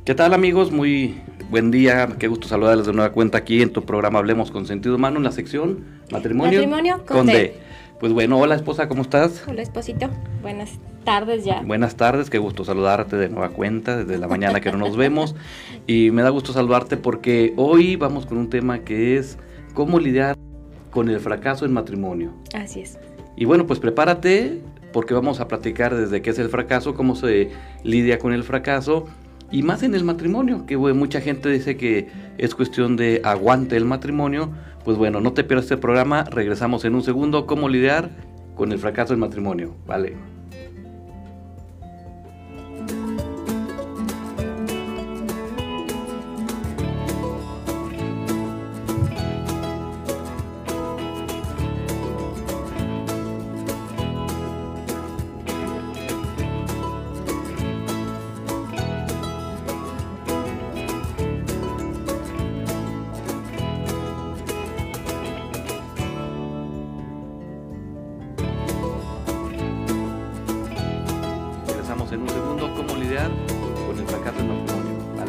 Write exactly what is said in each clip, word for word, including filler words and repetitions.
¿Qué tal, amigos? Muy buen día, qué gusto saludarles de nueva cuenta aquí en tu programa Hablemos con Sentido Humano, en la sección Matrimonio, Matrimonio con, con D. D. Pues bueno, hola esposa, ¿cómo estás? Hola esposito, buenas tardes ya. Buenas tardes, qué gusto saludarte de nueva cuenta, desde la mañana que no nos vemos. Y me da gusto saludarte porque hoy vamos con un tema que es cómo lidiar con el fracaso en matrimonio. Así es. Y bueno, pues prepárate porque vamos a platicar desde qué es el fracaso, cómo se lidia con el fracaso. Y más en el matrimonio, que bueno, mucha gente dice que es cuestión de aguante el matrimonio. Pues bueno, no te pierdas este programa, regresamos en un segundo, cómo lidiar con el fracaso del matrimonio, ¿vale? En un segundo, cómo lidiar con el fracaso del matrimonio, ¿vale?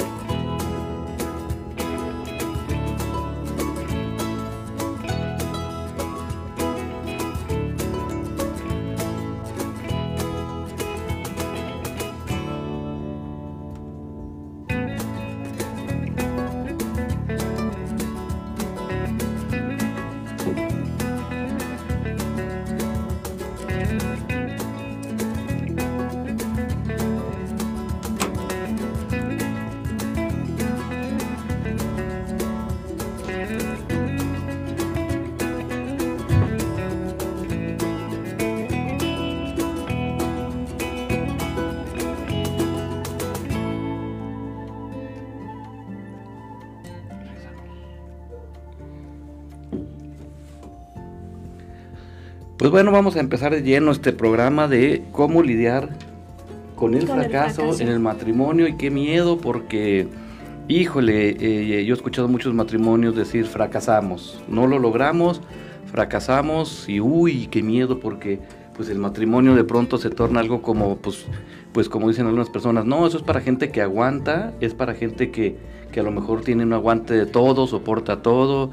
Pues bueno, vamos a empezar de lleno este programa de cómo lidiar con el, con fracaso, el fracaso en el matrimonio. Y qué miedo, porque, híjole, eh, yo he escuchado muchos matrimonios decir fracasamos, no lo logramos, fracasamos y uy, qué miedo, porque pues el matrimonio de pronto se torna algo como, pues, pues como dicen algunas personas, no, eso es para gente que aguanta, es para gente que, que a lo mejor tiene un aguante de todo, soporta todo.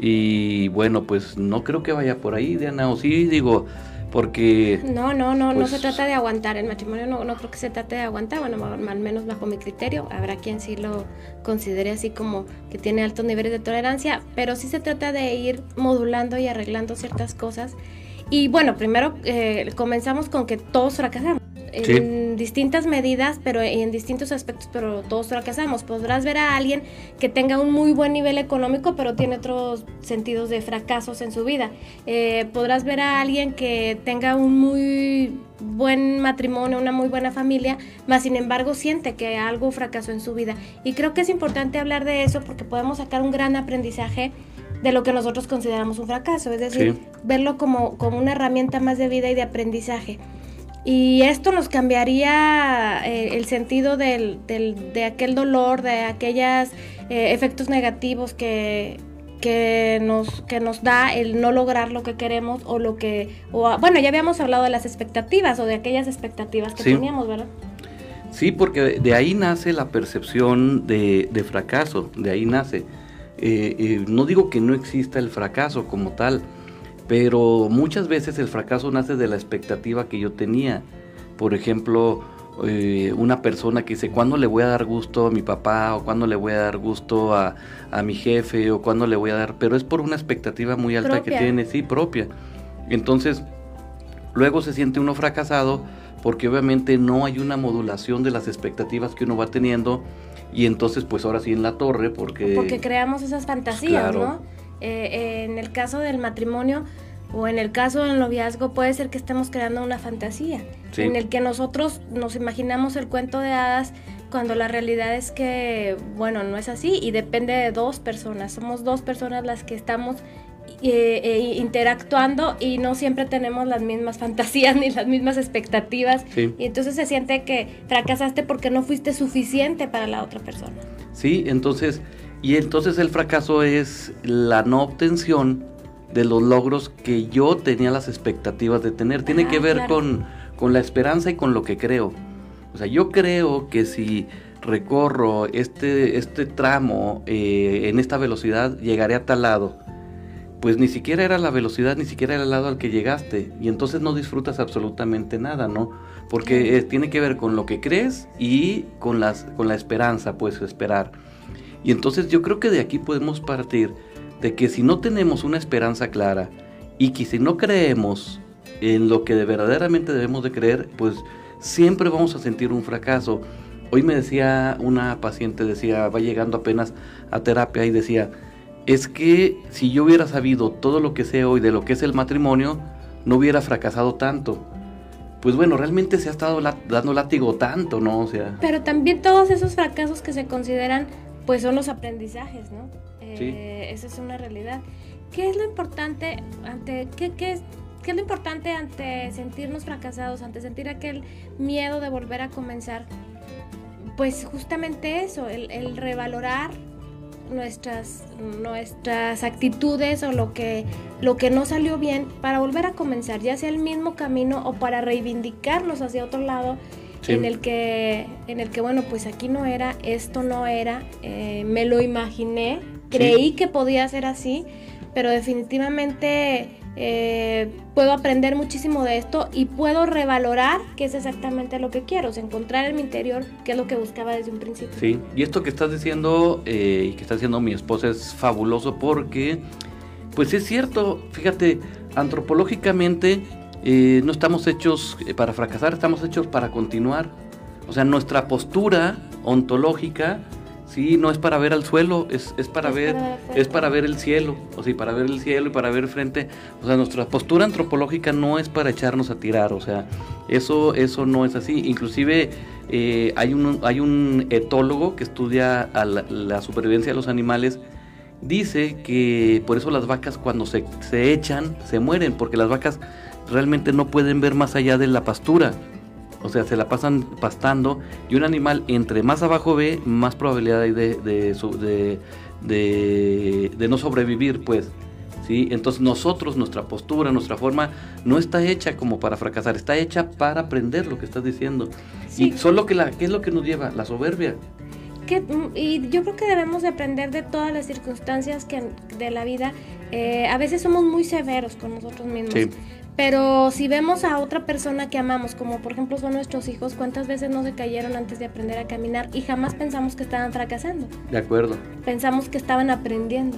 Y bueno, pues no creo que vaya por ahí, Diana, o sí, digo, porque... No, no, no, pues, no se trata de aguantar, el matrimonio no, no creo que se trate de aguantar, bueno, al menos bajo mi criterio, habrá quien sí lo considere así como que tiene altos niveles de tolerancia, pero sí se trata de ir modulando y arreglando ciertas cosas. Y bueno, primero eh, comenzamos con que todos fracasamos. Sí. En distintas medidas, pero en distintos aspectos, pero todos fracasamos. Podrás ver a alguien que tenga un muy buen nivel económico, pero tiene otros sentidos de fracasos en su vida. Eh, podrás ver a alguien que tenga un muy buen matrimonio, una muy buena familia, mas sin embargo siente que algo fracasó en su vida. Y creo que es importante hablar de eso porque podemos sacar un gran aprendizaje de lo que nosotros consideramos un fracaso, es decir, sí. verlo como, como una herramienta más de vida y de aprendizaje. Y esto nos cambiaría eh, el sentido del, del, de aquel dolor, de aquellos eh, efectos negativos que, que, nos, que nos da el no lograr lo que queremos o lo que... O, bueno, ya habíamos hablado de las expectativas o de aquellas expectativas que sí. teníamos, ¿verdad? Sí, porque de ahí nace la percepción de, de fracaso, de ahí nace. Eh, eh, no digo que no exista el fracaso como tal, pero muchas veces el fracaso nace de la expectativa que yo tenía. Por ejemplo, eh, una persona que dice, ¿cuándo le voy a dar gusto a mi papá? ¿O cuándo le voy a dar gusto a, a mi jefe? ¿O cuándo le voy a dar? Pero es por una expectativa muy alta propia. que tiene, sí, propia. Entonces, luego se siente uno fracasado porque obviamente no hay una modulación de las expectativas que uno va teniendo. Y entonces, pues ahora sí en la torre, porque... Porque creamos esas fantasías, claro. ¿no? Eh, en el caso del matrimonio o en el caso del noviazgo puede ser que estemos creando una fantasía sí. en el que nosotros nos imaginamos el cuento de hadas cuando la realidad es que, bueno, no es así y depende de dos personas, somos dos personas las que estamos eh, eh, interactuando y no siempre tenemos las mismas fantasías ni las mismas expectativas sí. y entonces se siente que fracasaste porque no fuiste suficiente para la otra persona. Sí, entonces... Y entonces el fracaso es la no obtención de los logros que yo tenía las expectativas de tener. Tiene ah, que ver claro. con, con la esperanza y con lo que creo. O sea, yo creo que si recorro este, este tramo eh, en esta velocidad, llegaré a tal lado. Pues ni siquiera era la velocidad, ni siquiera era el lado al que llegaste, y entonces no disfrutas absolutamente nada, ¿no? Porque eh, tiene que ver con lo que crees y con, las, con la esperanza, pues esperar. Y entonces yo creo que de aquí podemos partir de que si no tenemos una esperanza clara y que si no creemos en lo que de verdaderamente debemos de creer, pues siempre vamos a sentir un fracaso. Hoy me decía una paciente, decía, va llegando apenas a terapia y decía, es que si yo hubiera sabido todo lo que sé hoy de lo que es el matrimonio, no hubiera fracasado tanto. Pues bueno, realmente se ha estado la, dando látigo tanto, ¿no? O sea... Pero también todos esos fracasos que se consideran, pues son los aprendizajes, ¿no? Eh, sí. Esa es una realidad. ¿Qué es lo importante ante... ¿qué, qué, es, ¿Qué es lo importante ante sentirnos fracasados, ante sentir aquel miedo de volver a comenzar? Pues justamente eso, el, el revalorar nuestras nuestras actitudes o lo que lo que no salió bien para volver a comenzar, ya sea el mismo camino o para reivindicarnos hacia otro lado, sí. en el que en el que bueno, pues aquí no era, esto no era, eh, me lo imaginé, creí sí. que podía ser así, pero definitivamente eh, puedo aprender muchísimo de esto y puedo revalorar qué es exactamente lo que quiero, o sea, encontrar en mi interior qué es lo que buscaba desde un principio. Sí, y esto que estás diciendo eh, y que está diciendo mi esposa es fabuloso porque, pues es cierto, fíjate, antropológicamente eh, no estamos hechos para fracasar, estamos hechos para continuar. O sea, nuestra postura ontológica, sí, no es para ver al suelo, es, es para es ver, para es para ver el cielo, o sea, para ver el cielo y para ver frente, o sea, nuestra postura antropológica no es para echarnos a tirar, o sea, eso, eso no es así. Inclusive eh, hay un, hay un etólogo que estudia a la, la supervivencia de los animales, dice que por eso las vacas cuando se, se echan, se mueren, porque las vacas realmente no pueden ver más allá de la pastura. O sea, se la pasan pastando y un animal entre más abajo ve, más probabilidad hay de, de, de, de, de no sobrevivir, pues. ¿Sí? Entonces nosotros, nuestra postura, nuestra forma, no está hecha como para fracasar, está hecha para aprender lo que estás diciendo. Sí. Y solo que la, ¿qué es lo que nos lleva? La soberbia. Que, y yo creo que debemos de aprender de todas las circunstancias que, de la vida. Eh, a veces somos muy severos con nosotros mismos. Sí. Pero si vemos a otra persona que amamos, como por ejemplo son nuestros hijos, ¿cuántas veces no se cayeron antes de aprender a caminar? Y jamás pensamos que estaban fracasando. De acuerdo. Pensamos que estaban aprendiendo.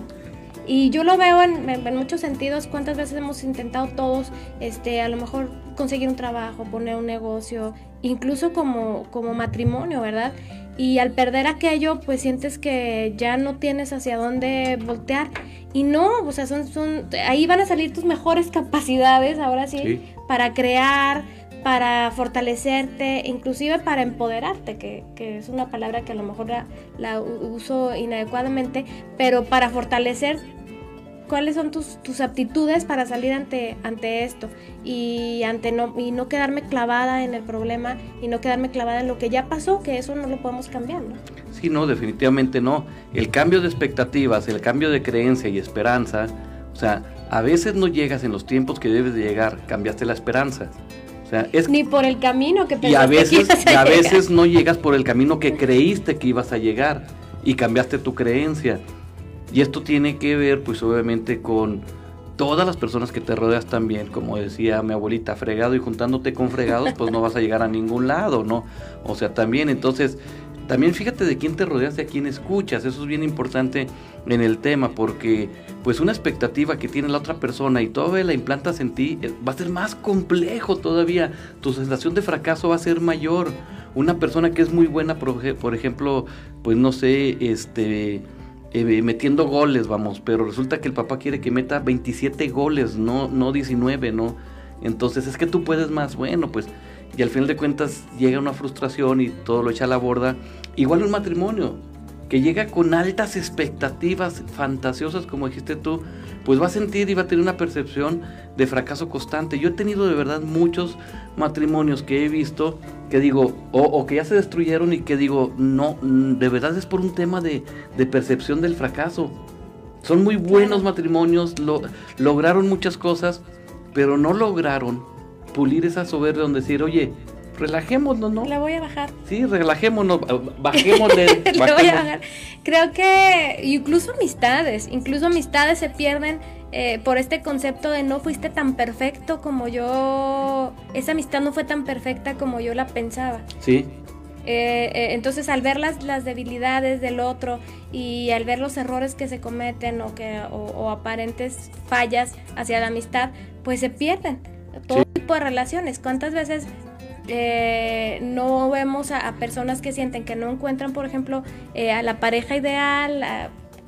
Y yo lo veo en, en, en muchos sentidos, cuántas veces hemos intentado todos, este, a lo mejor conseguir un trabajo, poner un negocio, incluso como, como matrimonio, ¿verdad? Y al perder aquello, pues sientes que ya no tienes hacia dónde voltear. Y no, o sea, son, son, ahí van a salir tus mejores capacidades, ahora sí, sí. para crear, para fortalecerte, inclusive para empoderarte, que, que es una palabra que a lo mejor la, la uso inadecuadamente, pero para fortalecer cuáles son tus, tus aptitudes para salir ante, ante esto y, ante no, y no quedarme clavada en el problema y no quedarme clavada en lo que ya pasó, que eso no lo podemos cambiar, ¿no? Sí, no, definitivamente no. El cambio de expectativas, el cambio de creencia y esperanza, o sea, a veces no llegas en los tiempos que debes de llegar, cambiaste la esperanza. O sea, es, ni por el camino que pensaste y a veces, que ibas a y a llegar. veces no llegas por el camino que creíste que ibas a llegar y cambiaste tu creencia. Y esto tiene que ver, pues obviamente, con todas las personas que te rodeas también. Como decía mi abuelita, fregado y juntándote con fregados, pues no vas a llegar a ningún lado, ¿no? O sea, también, entonces, también fíjate de quién te rodeas, de a quién escuchas. Eso es bien importante en el tema, porque pues una expectativa que tiene la otra persona y todavía la implantas en ti, va a ser más complejo todavía. Tu sensación de fracaso va a ser mayor. Una persona que es muy buena, por, por ejemplo, pues no sé, este... Eh, metiendo goles, vamos, pero resulta que el papá quiere que meta veintisiete goles, no, no diecinueve, ¿no? Entonces es que tú puedes más, bueno, pues, y al final de cuentas llega una frustración y todo lo echa a la borda. Igual un matrimonio, que llega con altas expectativas fantasiosas, como dijiste tú, pues va a sentir y va a tener una percepción de fracaso constante. Yo he tenido de verdad muchos matrimonios que he visto que digo, o, o que ya se destruyeron y que digo, no, de verdad es por un tema de, de percepción del fracaso. Son muy buenos matrimonios, lo, lograron muchas cosas, pero no lograron pulir esa soberbia donde decir, oye, relajémonos, ¿no? La voy a bajar. Sí, relajémonos, bajémosle. La voy a bajar. Creo que incluso amistades, incluso amistades se pierden eh, por este concepto de no fuiste tan perfecto como yo, esa amistad no fue tan perfecta como yo la pensaba. Sí. Eh, eh, entonces al ver las, las debilidades del otro y al ver los errores que se cometen o, que, o, o aparentes fallas hacia la amistad, pues se pierden todo sí. tipo de relaciones. ¿Cuántas veces eh, no vemos a, a personas que sienten que no encuentran, por ejemplo, eh, a la pareja ideal, a,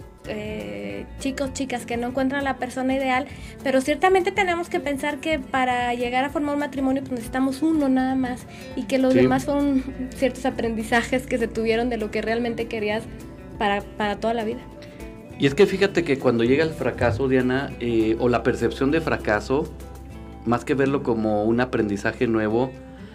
Eh, chicos, chicas que no encuentran a la persona ideal, pero ciertamente tenemos que pensar que para llegar a formar un matrimonio pues necesitamos uno nada más y que los sí. demás son ciertos aprendizajes que se tuvieron de lo que realmente querías para, para toda la vida. Y es que fíjate que cuando llega el fracaso, Diana, eh, o la percepción de fracaso, más que verlo como un aprendizaje nuevo,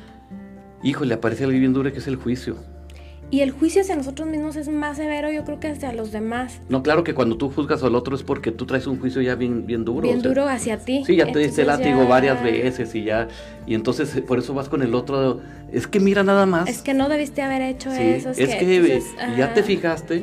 híjole, aparece algo bien duro que es el juicio. Y el juicio hacia nosotros mismos es más severo, yo creo, que hacia los demás. No, claro que cuando tú juzgas al otro es porque tú traes un juicio ya bien, bien duro. Bien o sea, duro hacia ti. Sí, ya te diste látigo ya... varias veces y ya, y entonces por eso vas con el otro. Es que mira nada más. Es que no debiste haber hecho sí, eso. Es, es que, que entonces, ya te fijaste.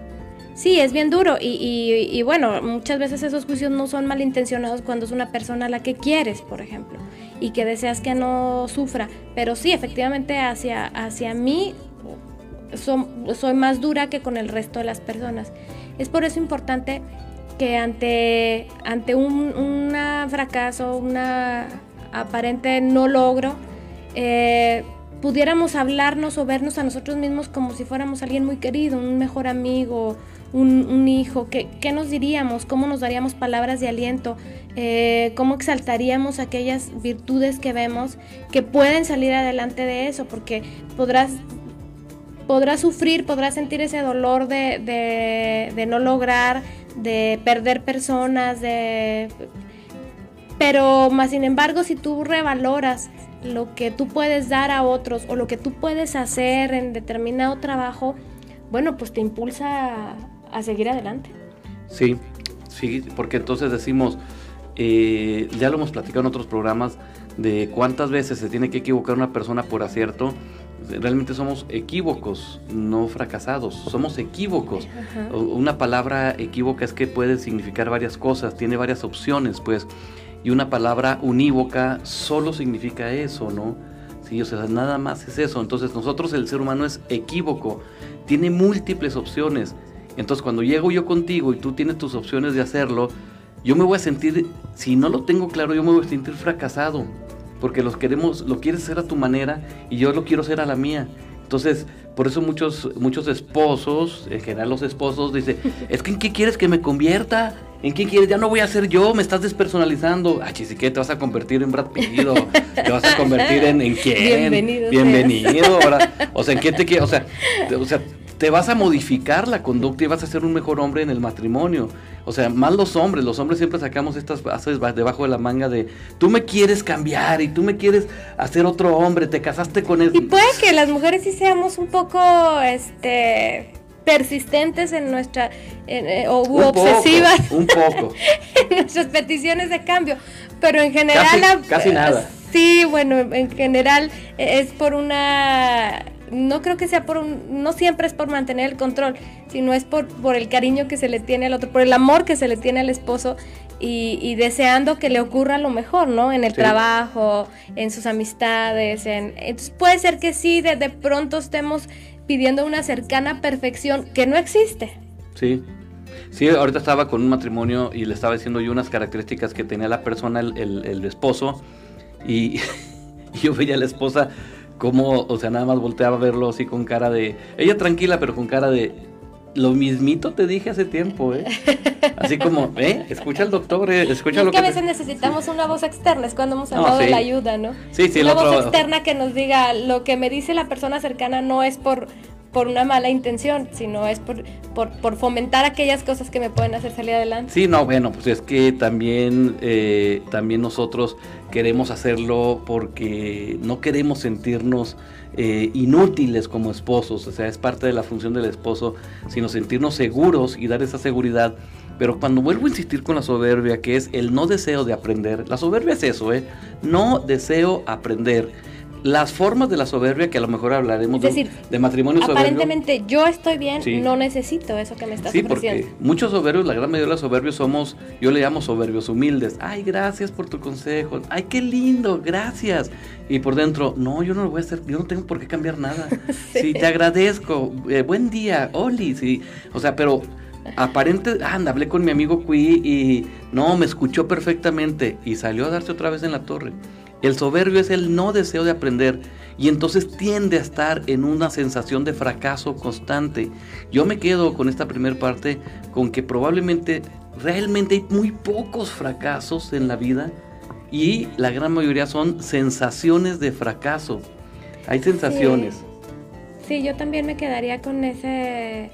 Sí, es bien duro y, y, y bueno, muchas veces esos juicios no son malintencionados cuando es una persona a la que quieres, por ejemplo, y que deseas que no sufra. Pero sí, efectivamente hacia, hacia mí... So, soy más dura que con el resto de las personas. Es por eso importante que ante, ante un una fracaso, una aparente no logro, eh, pudiéramos hablarnos o vernos a nosotros mismos como si fuéramos alguien muy querido, un mejor amigo, un, un hijo. ¿Qué, ¿Qué nos diríamos? ¿Cómo nos daríamos palabras de aliento? Eh, ¿Cómo exaltaríamos aquellas virtudes que vemos que pueden salir adelante de eso? Porque podrás... podrás sufrir, podrás sentir ese dolor de, de, de no lograr, de perder personas, de... pero más sin embargo, si tú revaloras lo que tú puedes dar a otros o lo que tú puedes hacer en determinado trabajo, bueno, pues te impulsa a, a seguir adelante. Sí, sí, porque entonces decimos, eh, ya lo hemos platicado en otros programas, de cuántas veces se tiene que equivocar una persona por acierto. Realmente somos equívocos, no fracasados, somos equívocos. Ajá. Una palabra equívoca es que puede significar varias cosas, tiene varias opciones, pues, y una palabra unívoca solo significa eso, ¿no? Sí, o sea, nada más es eso. Entonces nosotros, el ser humano, es equívoco, tiene múltiples opciones. Entonces cuando llego yo contigo y tú tienes tus opciones de hacerlo, yo me voy a sentir, si no lo tengo claro, yo me voy a sentir fracasado. Porque los queremos, lo quieres hacer a tu manera y yo lo quiero hacer a la mía. Entonces, por eso muchos, muchos esposos, en general los esposos, dicen, es que ¿en qué quieres que me convierta? ¿En qué quieres? Ya no voy a ser yo, me estás despersonalizando. Ah, chisique, te vas a convertir en Brad Pitt, o te vas a convertir en, ¿en quién? Bienvenido. Bienvenido. Ahora, o sea, ¿en qué te quieres? O sea, te, o sea, te vas a modificar la conducta y vas a ser un mejor hombre en el matrimonio. O sea, más los hombres, los hombres siempre sacamos estas bases debajo de la manga de tú me quieres cambiar y tú me quieres hacer otro hombre, te casaste con él. Y puede que las mujeres sí seamos un poco este persistentes en nuestra en, eh, o un obsesivas poco, un poco en nuestras peticiones de cambio, pero en general casi, la, casi nada. Sí, bueno, en general es por una no creo que sea por un, no siempre es por mantener el control, sino es por, por el cariño que se le tiene al otro, por el amor que se le tiene al esposo y, y deseando que le ocurra lo mejor, ¿no? En el sí. trabajo, en sus amistades, en, entonces puede ser que sí, de, de pronto estemos pidiendo una cercana perfección que no existe. Sí, sí, ahorita estaba con un matrimonio y le estaba diciendo yo unas características que tenía la persona, el, el, el esposo, y, y yo veía a la esposa como, o sea, nada más volteaba a verlo así con cara de... Ella tranquila, pero con cara de... Lo mismito te dije hace tiempo, ¿eh? Así como, ¿eh? Escucha al doctor, ¿eh? Escucha es lo que que... a veces te... necesitamos sí. una voz externa, es cuando hemos no, hablado sí. de la ayuda, ¿no? Sí, sí, una el otro... voz externa que nos diga, lo que me dice la persona cercana no es por... por una mala intención, sino es por, por, por fomentar aquellas cosas que me pueden hacer salir adelante. Sí, no, bueno, pues es que también, eh, también nosotros queremos hacerlo porque no queremos sentirnos eh, inútiles como esposos, o sea, es parte de la función del esposo, sino sentirnos seguros y dar esa seguridad. Pero cuando vuelvo a insistir con la soberbia, que es el no deseo de aprender, la soberbia es eso, ¿eh? No deseo aprender. las formas de la soberbia, que a lo mejor hablaremos es decir, de, de matrimonio soberbio. Aparentemente yo estoy bien, sí. no necesito eso que me estás sí, ofreciendo. Sí, porque muchos soberbios, la gran mayoría de los soberbios somos, yo le llamo soberbios humildes. Ay, gracias por tu consejo. Ay, qué lindo, gracias. Y por dentro, no, yo no lo voy a hacer, yo no tengo por qué cambiar nada. sí. sí, te agradezco. Eh, buen día, Oli. Sí, o sea, pero aparente, anda, hablé con mi amigo Cui y no, me escuchó perfectamente y salió a darse otra vez en la torre. El soberbio es el no deseo de aprender y entonces tiende a estar en una sensación de fracaso constante. Yo me quedo con esta primera parte con que probablemente realmente hay muy pocos fracasos en la vida y la gran mayoría son sensaciones de fracaso. Hay sensaciones. Sí, sí, yo también me quedaría con ese...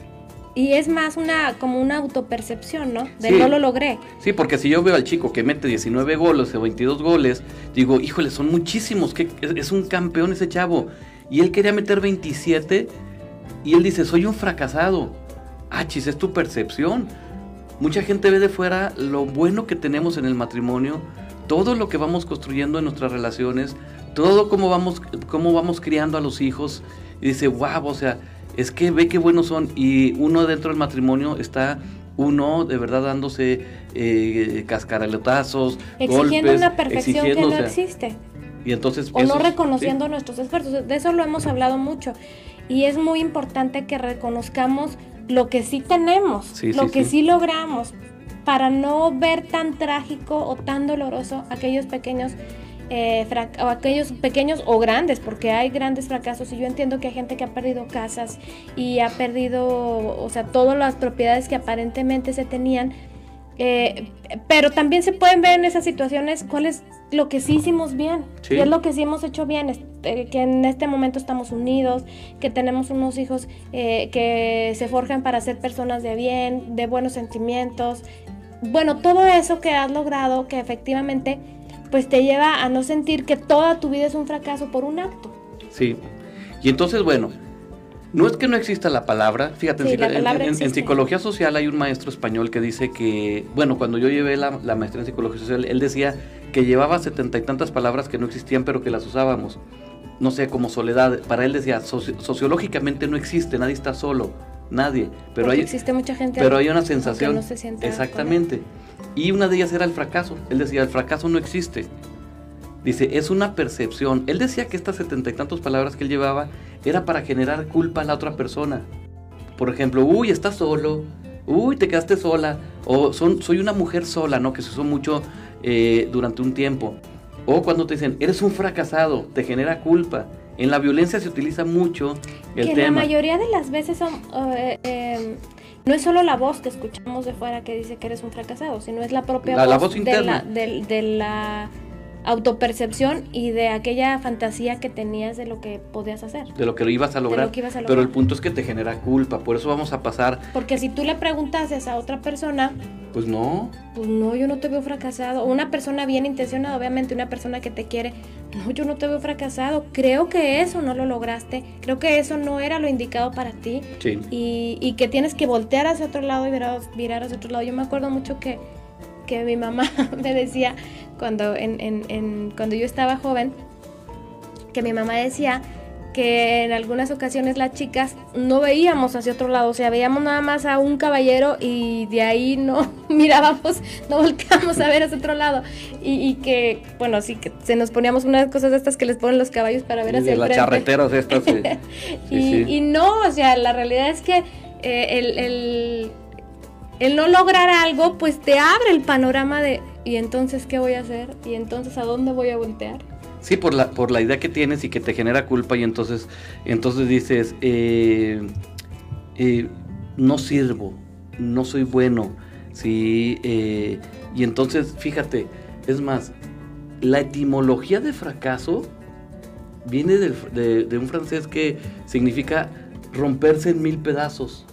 Y es más una como una autopercepción, ¿no? De sí, no lo logré. Sí, porque si yo veo al chico que mete diecinueve goles o veintidós goles, digo, híjole, son muchísimos, que es un campeón ese chavo. Y él quería meter veintisiete y él dice, soy un fracasado. Ah, chis, es tu percepción. Mucha gente ve de fuera lo bueno que tenemos en el matrimonio, todo lo que vamos construyendo en nuestras relaciones, todo cómo vamos, cómo vamos criando a los hijos. Y dice, wow, o sea... es que ve qué buenos son y uno dentro del matrimonio está uno de verdad dándose eh, cascaralotazos, exigiendo golpes, una perfección exigiendo, que no o sea, existe y entonces o no reconociendo ¿sí? nuestros esfuerzos. De eso lo hemos hablado mucho y es muy importante que reconozcamos lo que sí tenemos, sí, lo sí, que sí. sí logramos, para no ver tan trágico o tan doloroso aquellos pequeños Eh, frac- o aquellos pequeños o grandes, porque hay grandes fracasos y yo entiendo que hay gente que ha perdido casas y ha perdido, o sea, todas las propiedades que aparentemente se tenían, eh, pero también se pueden ver en esas situaciones cuál es lo que sí hicimos bien, sí. y es lo que sí hemos hecho bien, eh, que en este momento estamos unidos, que tenemos unos hijos eh, que se forjan para ser personas de bien, de buenos sentimientos, bueno, todo eso que has logrado, que efectivamente pues te lleva a no sentir que toda tu vida es un fracaso por un acto. Sí, y entonces, bueno, no es que no exista la palabra, fíjate, sí, en, la palabra en, en, en psicología social hay un maestro español que dice que, bueno, cuando yo llevé la, la maestría en psicología social, él decía que llevaba setenta y tantas palabras que no existían, pero que las usábamos, no sé, como soledad, para él decía, soci, sociológicamente no existe, nadie está solo, nadie, pero hay, existe mucha gente pero hay una sensación, que no se siente exactamente, y una de ellas era el fracaso. Él decía, el fracaso no existe, dice, es una percepción. Él decía que estas setenta y tantas palabras que él llevaba era para generar culpa a la otra persona. Por ejemplo, uy, estás solo, uy, te quedaste sola, o son, soy una mujer sola, ¿no? Que se usó mucho eh, durante un tiempo. O cuando te dicen, eres un fracasado, te genera culpa. En la violencia se utiliza mucho el que tema. La mayoría de las veces son, uh, eh, no es solo la voz que escuchamos de fuera que dice que eres un fracasado, sino es la propia la, voz, la voz interna. De, la, de, de la autopercepción y de aquella fantasía que tenías de lo que podías hacer. De lo que ibas a lograr. Ibas a lograr. Pero el punto es que te genera culpa, por eso vamos a pasar. Porque si tú le preguntases a otra persona, pues no. Pues no, yo no te veo fracasado. Una persona bien intencionada, obviamente una persona que te quiere, no, yo no te veo fracasado. Creo que eso no lo lograste. Creo que eso no era lo indicado para ti. Sí. Y, y que tienes que voltear hacia otro lado y virar, virar hacia otro lado. Yo me acuerdo mucho que, que mi mamá me decía cuando, en, en, en, cuando yo estaba joven, que mi mamá decía que en algunas ocasiones las chicas no veíamos hacia otro lado, o sea, veíamos nada más a un caballero y de ahí no mirábamos, no volteábamos a ver hacia otro lado, y, y que, bueno, sí, que se nos poníamos unas cosas de estas que les ponen los caballos para ver hacia el frente. Las charreteras estas. Sí. y, sí, sí. y no, o sea, la realidad es que eh, el, el, el no lograr algo, pues te abre el panorama de, ¿y entonces qué voy a hacer? ¿Y entonces a dónde voy a voltear? Sí, por la, por la idea que tienes y que te genera culpa y entonces, entonces dices, eh, eh, no sirvo, no soy bueno, ¿sí? Eh, y entonces, fíjate, es más, la etimología de fracaso viene del, de, de un francés que significa romperse en mil pedazos.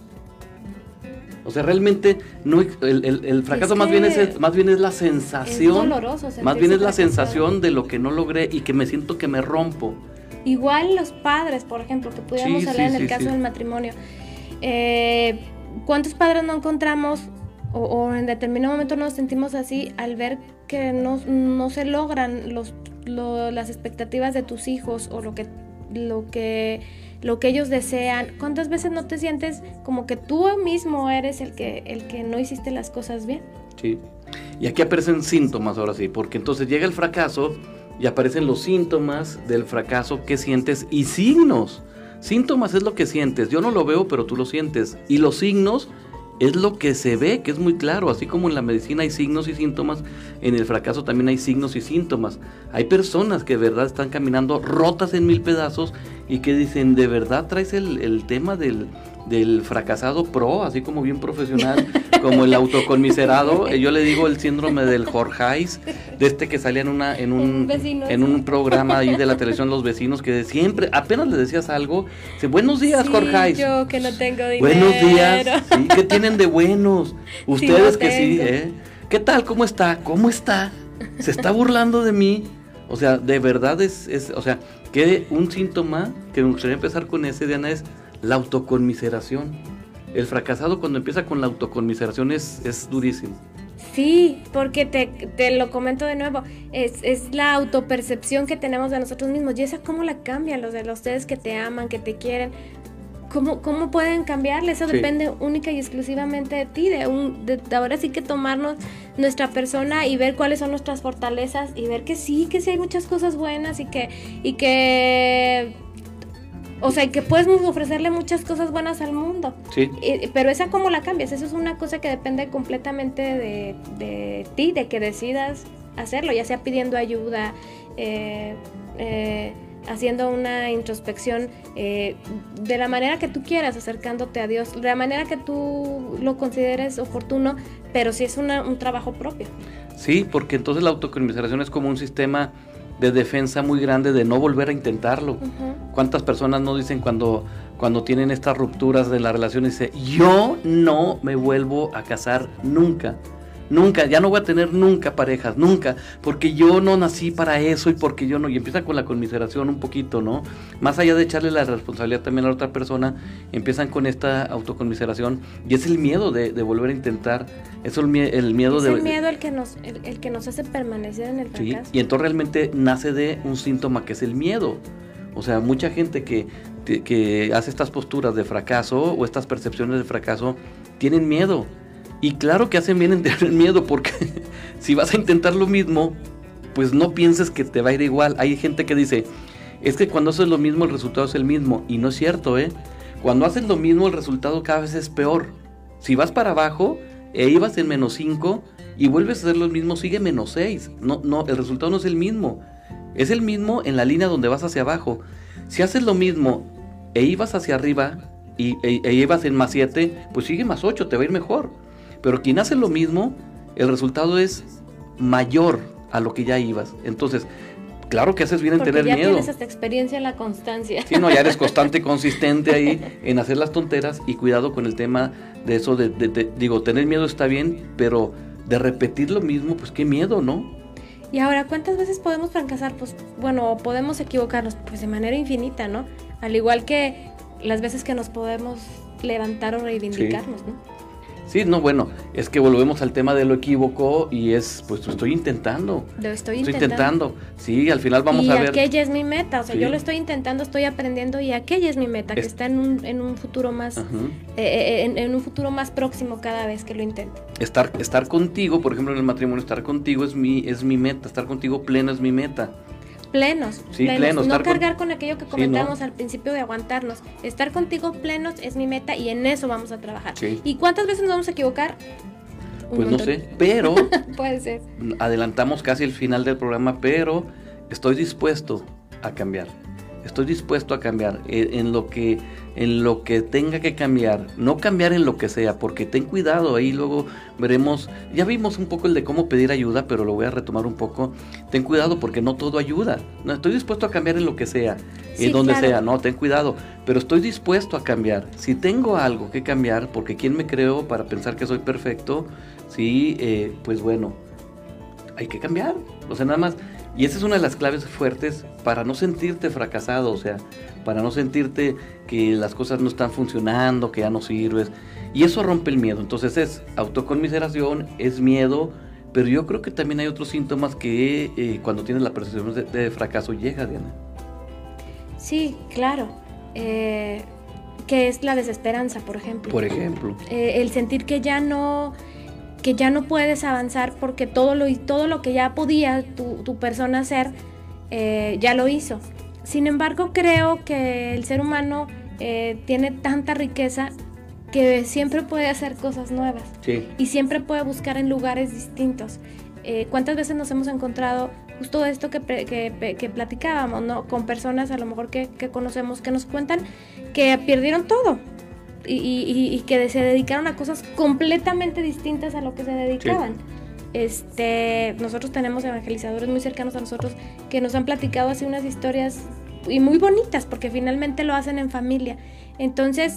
O sea, realmente no, el, el, el fracaso es más, bien es, más bien es la sensación, es doloroso, más bien es la sensación de lo que no logré y que me siento que me rompo. Igual los padres, por ejemplo, que pudiéramos sí, hablar sí, en el sí, caso sí. del matrimonio. Eh, ¿Cuántos padres no encontramos o, o en determinado momento nos sentimos así al ver que no, no se logran los lo, las expectativas de tus hijos o lo que, lo que, lo que ellos desean, ¿cuántas veces no te sientes como que tú mismo eres el que, el que no hiciste las cosas bien? Sí, y aquí aparecen síntomas ahora sí, porque entonces llega el fracaso y aparecen los síntomas del fracaso que sientes y signos. Síntomas es lo que sientes, yo no lo veo, pero tú lo sientes. Y los signos es lo que se ve, que es muy claro. Así como en la medicina hay signos y síntomas, en el fracaso también hay signos y síntomas. Hay personas que de verdad están caminando rotas en mil pedazos y que dicen, ¿de verdad traes el, el tema del, del fracasado pro, así como bien profesional, como el autoconmiserado? Yo le digo el síndrome del Jorgeis, de este que salía en una en un en un programa ahí de la televisión Los Vecinos, que siempre, apenas le decías algo, dice, buenos días, sí, Jorgeis. Yo que no tengo dinero. Buenos días, ¿sí? ¿Qué tienen de buenos? Ustedes sí, que sí, ¿eh? ¿Qué tal? ¿Cómo está? ¿Cómo está? ¿Se está burlando de mí? O sea, de verdad es, es o sea, que un síntoma que me gustaría empezar con ese, Diana, es la autoconmiseración. El fracasado cuando empieza con la autoconmiseración es, es durísimo. Sí, porque te, te lo comento de nuevo, es, es la autopercepción que tenemos de nosotros mismos, y esa cómo la cambian los de los ustedes que te aman, que te quieren, cómo, cómo pueden cambiarle, eso sí. Depende única y exclusivamente de ti, de, un, de, de ahora sí que tomarnos nuestra persona y ver cuáles son nuestras fortalezas y ver que sí, que sí hay muchas cosas buenas y que, y que o sea, que puedes ofrecerle muchas cosas buenas al mundo. Sí. Y, pero esa cómo la cambias, eso es una cosa que depende completamente de, de ti, de que decidas hacerlo, ya sea pidiendo ayuda, eh, eh, haciendo una introspección eh, de la manera que tú quieras, acercándote a Dios, de la manera que tú lo consideres oportuno, pero sí es una, un trabajo propio. Sí, porque entonces la autoconmiseración es como un sistema de defensa muy grande de no volver a intentarlo. Uh-huh. ¿Cuántas personas no dicen cuando, cuando tienen estas rupturas de la relación, dice, yo no me vuelvo a casar nunca? Nunca, ya no voy a tener nunca parejas, nunca, porque yo no nací para eso y porque yo no, y empiezan con la conmiseración un poquito, ¿no? Más allá de echarle la responsabilidad también a la otra persona, empiezan con esta autoconmiseración y es el miedo de, de volver a intentar, es el, el miedo es de... Es el miedo el que, nos, el, el que nos hace permanecer en el fracaso. Sí, y entonces realmente nace de un síntoma que es el miedo. O sea, mucha gente que, que hace estas posturas de fracaso o estas percepciones de fracaso, tienen miedo. Y claro que hacen bien en tener miedo, porque si vas a intentar lo mismo, pues no pienses que te va a ir igual. Hay gente que dice, es que cuando haces lo mismo el resultado es el mismo, y no es cierto, ¿eh? Cuando haces lo mismo el resultado cada vez es peor. Si vas para abajo e ibas en menos cinco y vuelves a hacer lo mismo, sigue menos seis. No, no, el resultado no es el mismo. Es el mismo en la línea donde vas hacia abajo. Si haces lo mismo e ibas hacia arriba y, e, e ibas en más siete, pues sigue más ocho, te va a ir mejor. Pero quien hace lo mismo, el resultado es mayor a lo que ya ibas. Entonces, claro que haces bien en Porque tener ya miedo. Tienes esta experiencia en la constancia. Sí, no, ya eres constante y consistente ahí en hacer las tonteras, y cuidado con el tema de eso, de, de, de, digo, tener miedo está bien, pero de repetir lo mismo, pues qué miedo, ¿no? Y ahora, ¿cuántas veces podemos fracasar? Pues, bueno, podemos equivocarnos, pues de manera infinita, ¿no? Al igual que las veces que nos podemos levantar o reivindicarnos, sí. ¿no? Sí, no, bueno, es que volvemos al tema de lo equívoco y es, pues lo estoy intentando. Lo estoy, estoy intentando. intentando. Sí, al final vamos y a ver. Y aquella es mi meta, o sea, sí. yo lo estoy intentando, estoy aprendiendo y aquella es mi meta, es... que está en un, en un futuro más, uh-huh. eh, en, en un futuro más próximo cada vez que lo intento. Estar, estar contigo, por ejemplo, en el matrimonio, estar contigo es mi, es mi meta, estar contigo pleno es mi meta. Plenos, sí, plenos, plenos, no cargar con... con aquello que comentamos sí, no. al principio de aguantarnos. Estar contigo plenos es mi meta y en eso vamos a trabajar. Sí. ¿Y cuántas veces nos vamos a equivocar? Un pues montón. No sé, pero puede ser. Adelantamos casi el final del programa, pero estoy dispuesto a cambiar. Estoy dispuesto a cambiar en, en lo que en lo que tenga que cambiar, no cambiar en lo que sea, porque ten cuidado, ahí luego veremos, ya vimos un poco el de cómo pedir ayuda, pero lo voy a retomar un poco. Ten cuidado porque no todo ayuda. No, estoy dispuesto a cambiar en lo que sea, sí, en donde claro. sea, no, ten cuidado, pero estoy dispuesto a cambiar. Si tengo algo que cambiar, porque ¿quién me creo para pensar que soy perfecto? Sí, eh, pues bueno, hay que cambiar, o sea, nada más. Y esa es una de las claves fuertes para no sentirte fracasado, o sea, para no sentirte que las cosas no están funcionando, que ya no sirves. Y eso rompe el miedo. Entonces es autoconmiseración, es miedo, pero yo creo que también hay otros síntomas que eh, cuando tienes la percepción de, de fracaso llega, Diana. Sí, claro. Eh, que es la desesperanza, por ejemplo. Por ejemplo. Eh, el sentir que ya no, que ya no puedes avanzar porque todo lo, todo lo que ya podía tu, tu persona hacer, eh, ya lo hizo. Sin embargo, creo que el ser humano eh, tiene tanta riqueza que siempre puede hacer cosas nuevas. Sí. Y siempre puede buscar en lugares distintos. Eh, ¿Cuántas veces nos hemos encontrado justo esto que, que, que platicábamos, ¿no? Con personas a lo mejor que, que conocemos, que nos cuentan que perdieron todo y, y, y que se dedicaron a cosas completamente distintas a lo que se dedicaban. Sí. Este, nosotros tenemos evangelizadores muy cercanos a nosotros que nos han platicado así unas historias y muy bonitas porque finalmente lo hacen en familia. Entonces,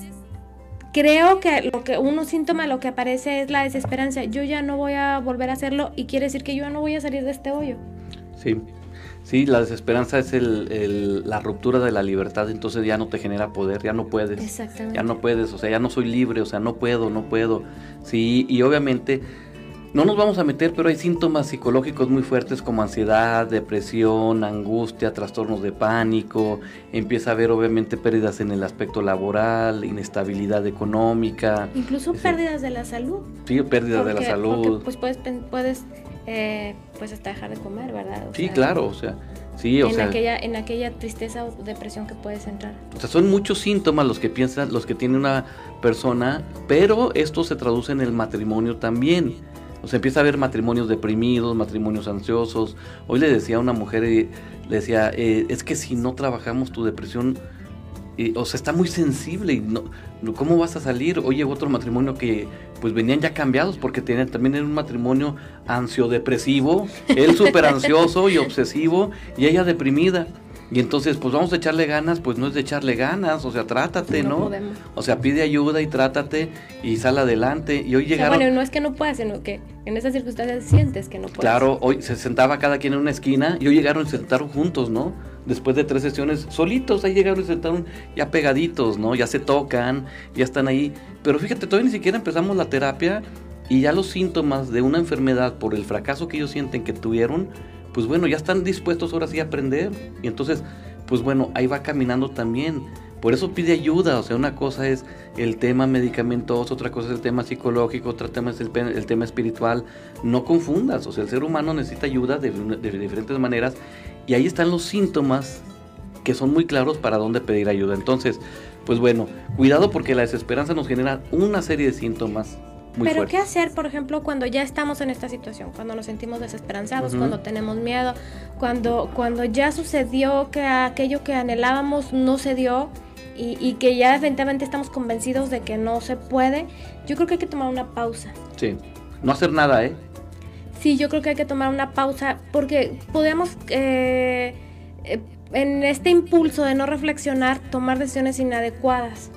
creo que lo que uno síntoma de lo que aparece es la desesperanza. Yo ya no voy a volver a hacerlo y quiere decir que yo ya no voy a salir de este hoyo. Sí, sí, la desesperanza es el, el, la ruptura de la libertad, entonces ya no te genera poder, ya no puedes. Exactamente. Ya no puedes, o sea, ya no soy libre, o sea, no puedo, no puedo. Sí, y obviamente no nos vamos a meter, pero hay síntomas psicológicos muy fuertes como ansiedad, depresión, angustia, trastornos de pánico, empieza a haber obviamente pérdidas en el aspecto laboral, inestabilidad económica. Incluso ese, pérdidas de la salud. Sí, pérdidas porque, de la salud. Porque pues puedes, puedes eh, pues hasta dejar de comer, ¿verdad? O sí, sea, claro, o sea, sí, o en sea. Aquella, en aquella tristeza o depresión que puedes entrar. O sea, son muchos síntomas los que piensan, los que tiene una persona, pero esto se traduce en el matrimonio también. O sea, empieza a haber matrimonios deprimidos, matrimonios ansiosos. Hoy le decía a una mujer, eh, le decía, eh, es que si no trabajamos tu depresión, eh, o sea, está muy sensible. Y no, ¿cómo vas a salir? Hoy llegó otro matrimonio que pues venían ya cambiados porque tenían, también era un matrimonio ansiodepresivo, él súper ansioso y obsesivo y ella deprimida. Y entonces, pues vamos a echarle ganas, pues no es de echarle ganas, o sea, trátate, ¿no? No podemos. O sea, pide ayuda y trátate y sal adelante. Y hoy llegaron... O sea, bueno, no es que no puedas, sino que en esas circunstancias sientes que no puedes. Claro, hoy se sentaba cada quien en una esquina y hoy llegaron y se sentaron juntos, ¿no? Después de tres sesiones, solitos, ahí llegaron y se sentaron ya pegaditos, ¿no? Ya se tocan, ya están ahí. Pero fíjate, todavía ni siquiera empezamos la terapia y ya los síntomas de una enfermedad por el fracaso que ellos sienten que tuvieron, pues bueno, ya están dispuestos ahora sí a aprender. Y entonces, pues bueno, ahí va caminando también. Por eso pide ayuda. O sea, una cosa es el tema medicamentoso, otra cosa es el tema psicológico, otro tema es el, el tema espiritual. No confundas. O sea, el ser humano necesita ayuda de, de, de diferentes maneras. Y ahí están los síntomas que son muy claros para dónde pedir ayuda. Entonces, pues bueno, cuidado porque la desesperanza nos genera una serie de síntomas. Muy Pero fuerte. ¿qué hacer, por ejemplo, cuando ya estamos en esta situación? Cuando nos sentimos desesperanzados, uh-huh. cuando tenemos miedo, cuando, cuando ya sucedió que aquello que anhelábamos no se dio y, y que ya definitivamente estamos convencidos de que no se puede. Yo creo que hay que tomar una pausa. Sí, no hacer nada, ¿eh? Sí, yo creo que hay que tomar una pausa porque podemos, eh, eh, en este impulso de no reflexionar, tomar decisiones inadecuadas.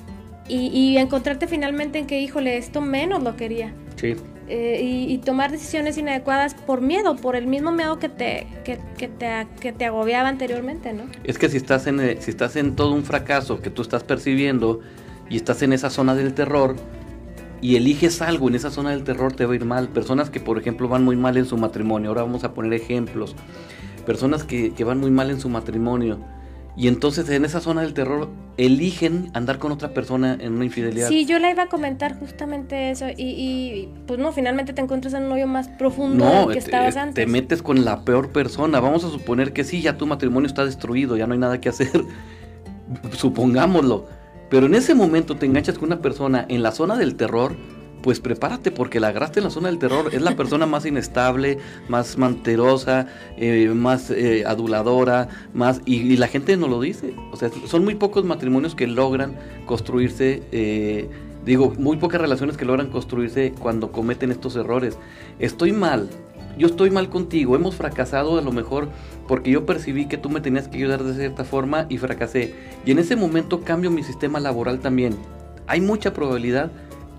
Y, y encontrarte finalmente en que, híjole, esto menos lo quería. Sí. Eh, y, y tomar decisiones inadecuadas por miedo, por el mismo miedo que te, que, que te, que te agobiaba anteriormente, ¿no? Es que si estás, en, si estás en todo un fracaso que tú estás percibiendo y estás en esa zona del terror y eliges algo en esa zona del terror, te va a ir mal. Personas que, por ejemplo, van muy mal en su matrimonio. Ahora vamos a poner ejemplos. Personas que, que van muy mal en su matrimonio. Y entonces en esa zona del terror eligen andar con otra persona en una infidelidad. Sí, yo le iba a comentar justamente eso y, y pues no, finalmente te encuentras en un hoyo más profundo no, del que te, estabas antes. Te metes con la peor persona. Vamos a suponer que sí, ya tu matrimonio está destruido, ya no hay nada que hacer. Supongámoslo. Pero en ese momento te enganchas con una persona en la zona del terror. Pues prepárate porque la agarraste en la zona del terror. Es la persona más inestable, más manterosa, eh, más eh, aduladora, más y, y la gente no lo dice. O sea, son muy pocos matrimonios que logran construirse, eh, digo, muy pocas relaciones que logran construirse cuando cometen estos errores. Estoy mal, yo estoy mal contigo, hemos fracasado a lo mejor porque yo percibí que tú me tenías que ayudar de cierta forma y fracasé. Y en ese momento cambio mi sistema laboral también. Hay mucha probabilidad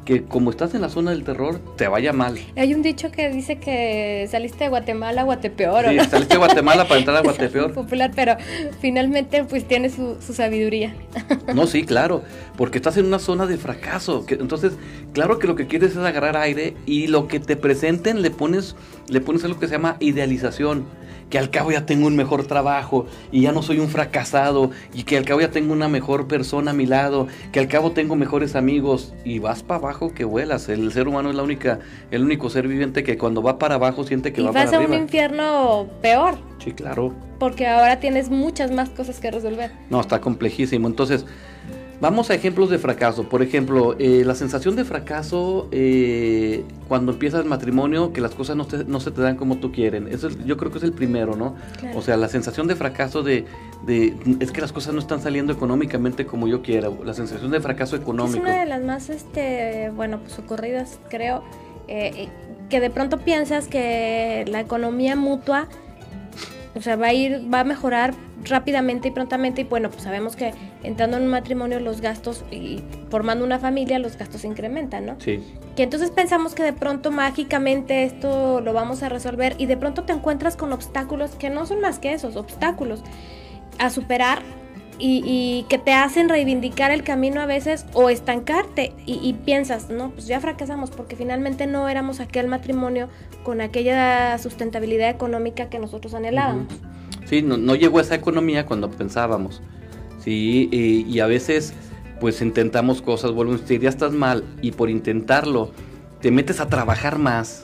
que como estás en la zona del terror, te vaya mal. Hay un dicho que dice que saliste de Guatemala a Guatepeor, Sí, ¿no? saliste de Guatemala para entrar a Guatepeor. Es muy popular, pero finalmente pues tiene su, su sabiduría. No, sí, claro, porque estás en una zona de fracaso. Que, entonces, claro que lo que quieres es agarrar aire y lo que te presenten le pones, le pones algo que se llama idealización. Que al cabo ya tengo un mejor trabajo y ya no soy un fracasado y que al cabo ya tengo una mejor persona a mi lado, que al cabo tengo mejores amigos y vas para abajo que vuelas. El ser humano es la única, el único ser viviente que cuando va para abajo siente que y va para vas a arriba. un infierno peor. Sí, claro. Porque ahora tienes muchas más cosas que resolver. No, está complejísimo. Entonces, vamos a ejemplos de fracaso. Por ejemplo, eh, la sensación de fracaso eh, cuando empiezas el matrimonio, que las cosas no, te, no se te dan como tú quieren. Eso es, yo creo que es el primero, ¿no? Claro. O sea, la sensación de fracaso de, de... Es que las cosas no están saliendo económicamente como yo quiera. La sensación de fracaso económico. Es una de las más, este, bueno, pues ocurridas, creo. Eh, que de pronto piensas que la economía mutua, o sea, va a ir, va a mejorar rápidamente y prontamente, y bueno, pues sabemos que entrando en un matrimonio los gastos y formando una familia los gastos se incrementan, ¿no? Sí. Que entonces pensamos que de pronto mágicamente esto lo vamos a resolver y de pronto te encuentras con obstáculos que no son más que esos, obstáculos a superar y, y que te hacen reivindicar el camino a veces o estancarte y, y piensas, no, pues ya fracasamos porque finalmente no éramos aquel matrimonio con aquella sustentabilidad económica que nosotros anhelábamos. Uh-huh. Sí, no, no llegó esa economía cuando pensábamos, sí, y, y a veces pues intentamos cosas, vuelvo a decir, ya estás mal, y por intentarlo te metes a trabajar más.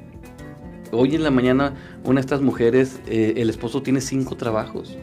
Hoy en la mañana una de estas mujeres, eh, el esposo tiene cinco trabajos,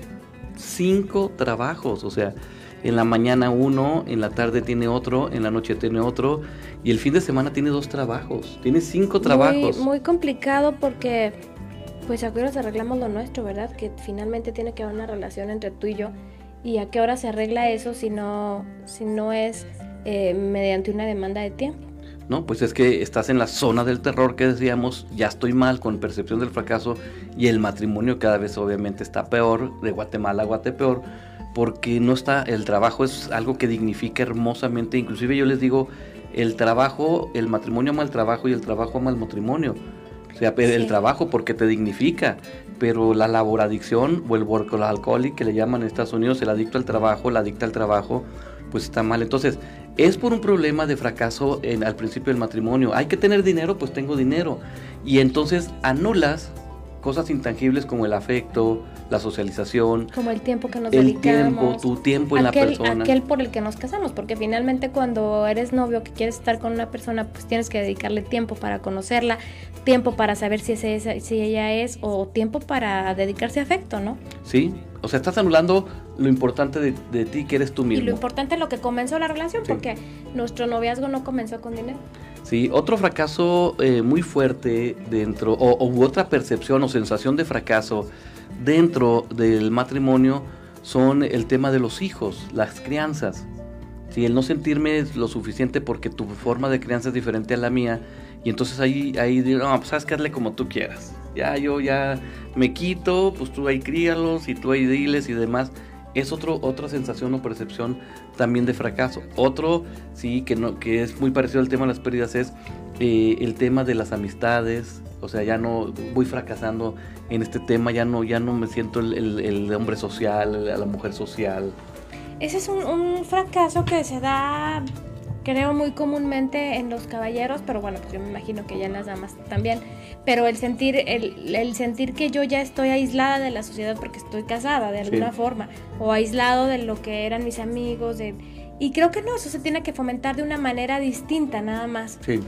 cinco trabajos, o sea, en la mañana uno, en la tarde tiene otro, en la noche tiene otro, y el fin de semana tiene dos trabajos, tiene cinco trabajos. Muy, muy complicado porque... Pues a qué horas arreglamos lo nuestro, ¿verdad? Que finalmente tiene que haber una relación entre tú y yo. ¿Y a qué hora se arregla eso si no, si no es eh, mediante una demanda de tiempo? No, pues es que estás en la zona del terror que decíamos, ya estoy mal con percepción del fracaso y el matrimonio cada vez obviamente está peor, de Guatemala a Guatepeor, porque no está, el trabajo es algo que dignifica hermosamente, inclusive yo les digo, el trabajo, el matrimonio ama el trabajo y el trabajo ama el matrimonio. O sea, el sí. trabajo porque te dignifica, pero la laboradicción o el workaholic que le llaman en Estados Unidos, el adicto al trabajo, la adicta al trabajo, pues está mal. Entonces, es por un problema de fracaso en, al principio del matrimonio. Hay que tener dinero, pues tengo dinero. Y entonces anulas cosas intangibles como el afecto, la socialización. Como el tiempo que nos el dedicamos. El tiempo, tu tiempo en aquel, la persona. Aquel por el que nos casamos, porque finalmente cuando eres novio que quieres estar con una persona, pues tienes que dedicarle tiempo para conocerla, tiempo para saber si, ese es, si ella es, o tiempo para dedicarse a afecto, ¿no? Sí, o sea, estás anulando lo importante de, de ti, que eres tú mismo. Y lo importante es lo que comenzó la relación, sí. Porque nuestro noviazgo no comenzó con dinero. Sí, otro fracaso eh, muy fuerte dentro, o, o otra percepción o sensación de fracaso dentro del matrimonio son el tema de los hijos, las crianzas. Sí, el no sentirme lo suficiente porque tu forma de crianza es diferente a la mía, y entonces ahí, ahí digo, no, pues sabes que hazle como tú quieras. Ya yo ya me quito, pues tú ahí críalos y tú ahí diles y demás. Es otro, otra sensación o percepción también de fracaso. Otro, sí, que no, que es muy parecido al tema de las pérdidas, es eh, el tema de las amistades. O sea, ya no voy fracasando en este tema, ya no, ya no me siento el, el, el hombre social, la mujer social. Ese es un, un fracaso que se da, creo, muy comúnmente en los caballeros, pero bueno, pues yo me imagino que ya en las damas también. Pero el sentir, el, el sentir que yo ya estoy aislada de la sociedad porque estoy casada de alguna sí. forma, o aislado de lo que eran mis amigos, de, y creo que no, eso se tiene que fomentar de una manera distinta nada más. Sí.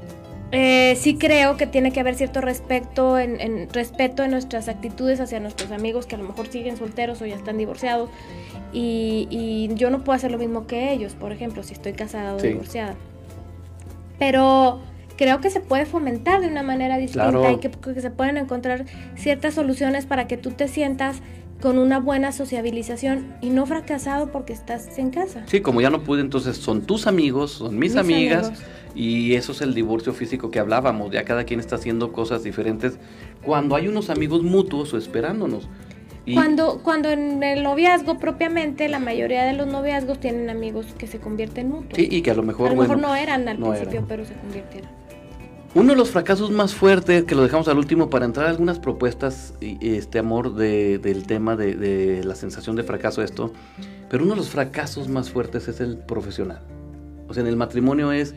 Eh, sí creo que tiene que haber cierto respeto en, en respeto en nuestras actitudes hacia nuestros amigos que a lo mejor siguen solteros o ya están divorciados, y, y yo no puedo hacer lo mismo que ellos, por ejemplo, si estoy casada o sí. divorciada. Pero creo que se puede fomentar de una manera distinta, claro. Y que, que se pueden encontrar ciertas soluciones para que tú te sientas con una buena sociabilización y no fracasado porque estás en casa. Sí, como ya no pude, entonces son tus amigos, son mis, mis amigas, amigos. Y eso es el divorcio físico que hablábamos, ya cada quien está haciendo cosas diferentes cuando hay unos amigos mutuos o esperándonos. Y cuando, cuando en el noviazgo propiamente, la mayoría de los noviazgos tienen amigos que se convierten mutuos. Sí, y que a lo mejor, a lo bueno, mejor no eran al no principio, eran. pero se convirtieron. Uno de los fracasos más fuertes, que lo dejamos al último para entrar a algunas propuestas, y este amor de, del tema de, de la sensación de fracaso esto, pero uno de los fracasos más fuertes es el profesional. O sea, en el matrimonio es,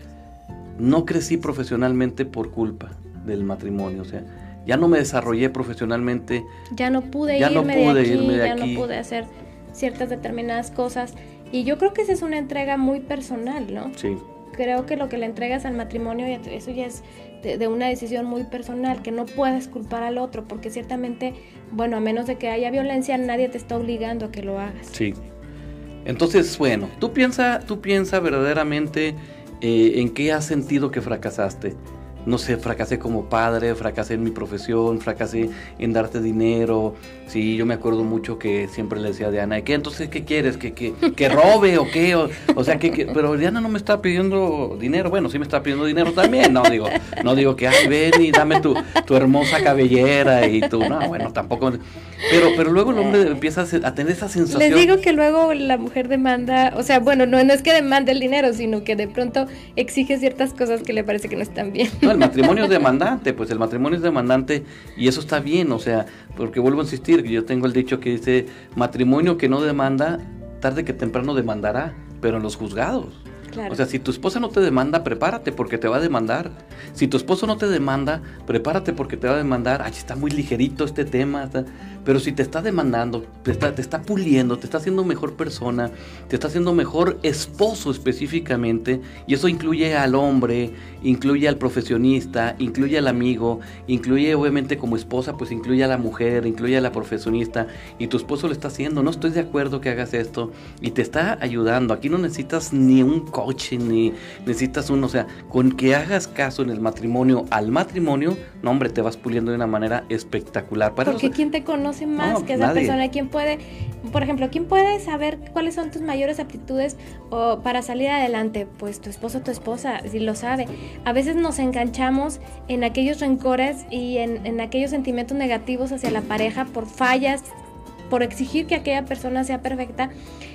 no crecí profesionalmente por culpa del matrimonio, o sea, ya no me desarrollé profesionalmente. Ya no pude, ya irme, no pude de aquí, irme de ya aquí. no pude hacer ciertas determinadas cosas. Y yo creo que esa es una entrega muy personal, ¿no? Sí. Creo que lo que le entregas al matrimonio, eso ya es de, de una decisión muy personal, que no puedes culpar al otro, porque ciertamente, bueno, a menos de que haya violencia, nadie te está obligando a que lo hagas. Sí. Entonces, bueno, tú piensa, tú piensa verdaderamente eh, en qué has sentido que fracasaste. No sé, fracasé como padre, fracasé en mi profesión, fracasé en darte dinero. Sí, yo me acuerdo mucho que siempre le decía a Diana, ¿qué? Entonces, ¿qué quieres? ¿Que, que, que robe o qué? O, o sea, que, que, pero Diana no me está pidiendo dinero. Bueno, sí me está pidiendo dinero también. No digo, no digo que, ay, ven y dame tu, tu hermosa cabellera y tú, no, bueno, tampoco. Pero, pero luego el hombre empieza a tener esa sensación. Les digo que luego la mujer demanda, o sea, bueno, no, no es que demande el dinero, sino que de pronto exige ciertas cosas que le parece que no están bien. No, el matrimonio es demandante, pues el matrimonio es demandante y eso está bien, o sea, porque vuelvo a insistir, que yo tengo el dicho que dice, matrimonio que no demanda, tarde que temprano demandará, pero en los juzgados. Claro. O sea, si tu esposa no te demanda, prepárate porque te va a demandar. Si tu esposo no te demanda, prepárate porque te va a demandar. Ay, está muy ligerito este tema. Está... Pero si te está demandando, te está, te está puliendo, te está haciendo mejor persona, te está haciendo mejor esposo específicamente, y eso incluye al hombre, incluye al profesionista, incluye al amigo, incluye obviamente como esposa, pues incluye a la mujer, incluye a la profesionista, y tu esposo lo está haciendo. No estoy de acuerdo que hagas esto, y te está ayudando. Aquí no necesitas ni un coach, ni necesitas un, o sea, con que hagas caso en el matrimonio al matrimonio, no hombre, te vas puliendo de una manera espectacular. Para Porque los... ¿quién te conoce más no, que esa nadie. persona? ¿Quién puede, por ejemplo, quién puede saber cuáles son tus mayores aptitudes o para salir adelante? Pues tu esposo o tu esposa, si lo sabe. A veces nos enganchamos en aquellos rencores y en, en aquellos sentimientos negativos hacia la pareja por fallas, por exigir que aquella persona sea perfecta.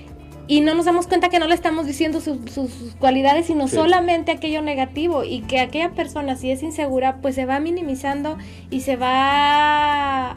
Y no nos damos cuenta que no le estamos diciendo sus, sus, sus cualidades, sino sí. solamente aquello negativo, y que aquella persona, si es insegura, pues se va minimizando y se va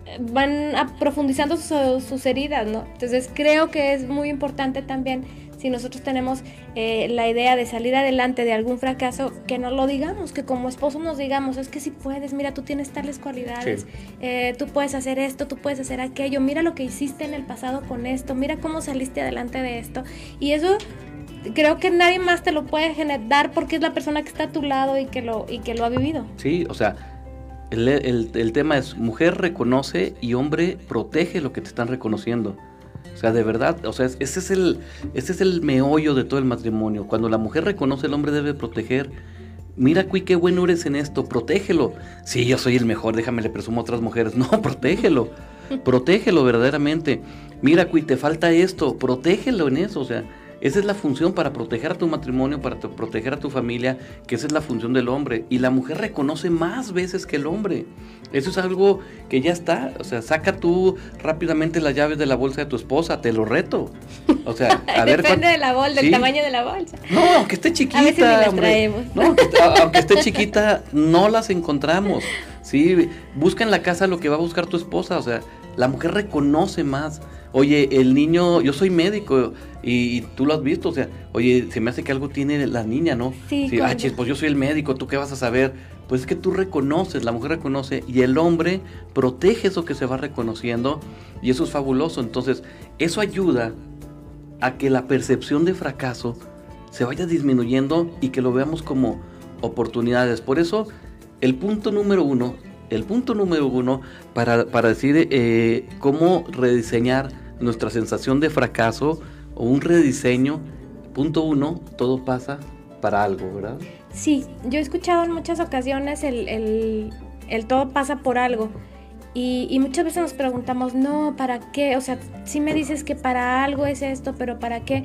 van a profundizando sus, sus heridas, ¿no? Entonces creo que es muy importante también, si nosotros tenemos eh, la idea de salir adelante de algún fracaso, que nos lo digamos, que como esposo nos digamos, es que si puedes, mira, tú tienes tales cualidades, sí. eh, tú puedes hacer esto, tú puedes hacer aquello, mira lo que hiciste en el pasado con esto, mira cómo saliste adelante de esto, y eso creo que nadie más te lo puede dar porque es la persona que está a tu lado y que lo, y que lo ha vivido. Sí, o sea, el, el, el tema es, mujer reconoce y hombre protege lo que te están reconociendo. O sea, de verdad, o sea, ese es el ese es el meollo de todo el matrimonio. Cuando la mujer reconoce, el hombre debe proteger. Mira, Cui, qué bueno eres en esto, protégelo. Sí, yo soy el mejor, déjame le presumo a otras mujeres. No, protégelo, protégelo verdaderamente. Mira, Cui, te falta esto, protégelo en eso, o sea, esa es la función, para proteger a tu matrimonio, para te, proteger a tu familia, que esa es la función del hombre. Y la mujer reconoce más veces que el hombre. Eso es algo que ya está. O sea, saca tú rápidamente las llaves de la bolsa de tu esposa, te lo reto. O sea, a ver. Depende de la bolsa, del ¿sí? tamaño de la bolsa. No, aunque esté chiquita. A veces ni las hombre. traemos. No, aunque, aunque esté chiquita, no las encontramos. Sí, busca en la casa lo que va a buscar tu esposa. O sea, la mujer reconoce más. Oye, el niño, yo soy médico y, y tú lo has visto, o sea, oye, se me hace que algo tiene la niña, ¿no? Sí, sí ah, chis, pues yo soy el médico, ¿tú qué vas a saber? Pues es que tú reconoces, la mujer reconoce y el hombre protege eso que se va reconociendo, y eso es fabuloso. Entonces, eso ayuda a que la percepción de fracaso se vaya disminuyendo y que lo veamos como oportunidades. Por eso, el punto número uno, el punto número uno para, para decir eh, cómo rediseñar nuestra sensación de fracaso o un rediseño, punto uno, todo pasa para algo, ¿verdad? Sí, yo he escuchado en muchas ocasiones el, el, el todo pasa por algo, y, y muchas veces nos preguntamos, no, ¿para qué? O sea, sí me dices que para algo es esto, pero ¿para qué?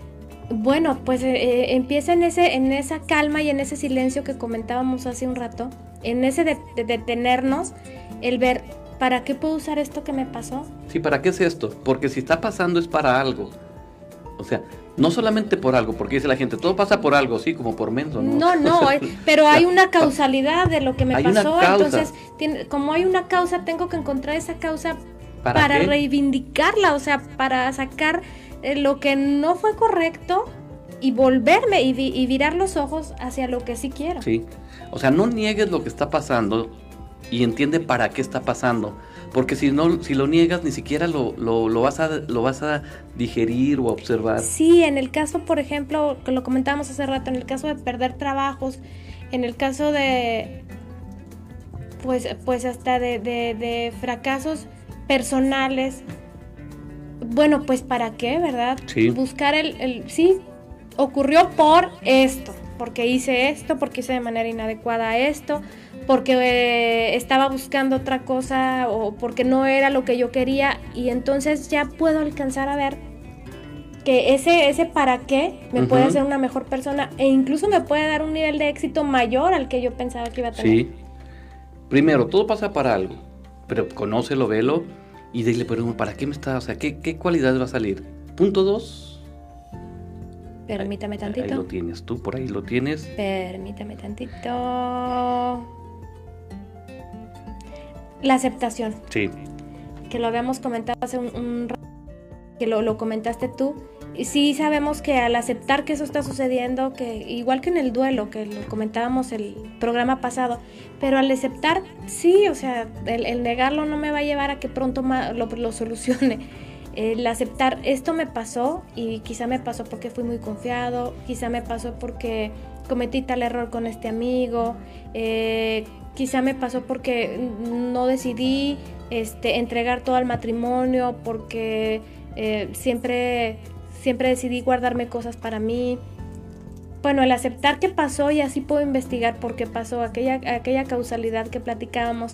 Bueno, pues eh, empieza en, ese, en esa calma y en ese silencio que comentábamos hace un rato, en ese de, de detenernos, el ver ¿para qué puedo usar esto que me pasó? Sí, ¿para qué es esto? Porque si está pasando es para algo. O sea, no solamente por algo, porque dice la gente, todo pasa por algo, sí, como por menso, ¿no? No, no, eh, pero hay una causalidad de lo que me hay pasó, una causa. Entonces, tiene, como hay una causa, tengo que encontrar esa causa ¿Para, para qué? reivindicarla, o sea, para sacar eh, lo que no fue correcto y volverme y, vi, y virar los ojos hacia lo que sí quiero. Sí, o sea, no niegues lo que está pasando y entiende para qué está pasando, porque si no, si lo niegas ni siquiera lo, lo, lo, vas a, lo vas a digerir o a observar. Sí, en el caso, por ejemplo, que lo comentábamos hace rato, en el caso de perder trabajos, en el caso de, pues, pues hasta de, de, de fracasos personales, bueno, pues ¿para qué, verdad? Sí. Buscar el, el, sí, ocurrió por esto, porque hice esto, porque hice de manera inadecuada esto, porque eh, estaba buscando otra cosa o porque no era lo que yo quería, y entonces ya puedo alcanzar a ver que ese, ese para qué me uh-huh. puede hacer una mejor persona e incluso me puede dar un nivel de éxito mayor al que yo pensaba que iba a tener. Sí, primero, todo pasa para algo, pero conócelo, velo y dile, pero ¿para qué me está? O sea, ¿qué, qué cualidades va a salir? Punto dos. Permítame ahí, tantito. Ahí lo tienes, tú por ahí lo tienes. Permítame tantito. La aceptación. Sí. Que lo habíamos comentado hace un, un rato, que lo, lo comentaste tú. Y sí sabemos que al aceptar que eso está sucediendo, que igual que en el duelo, que lo comentábamos el programa pasado, pero al aceptar, sí, o sea, el, el negarlo no me va a llevar a que pronto ma, lo, lo solucione. El aceptar, esto me pasó y quizá me pasó porque fui muy confiado, quizá me pasó porque cometí tal error con este amigo, eh, quizá me pasó porque no decidí este, entregar todo al matrimonio, porque eh, siempre, siempre decidí guardarme cosas para mí. Bueno, el aceptar que pasó y así puedo investigar por qué pasó, aquella, aquella causalidad que platicábamos.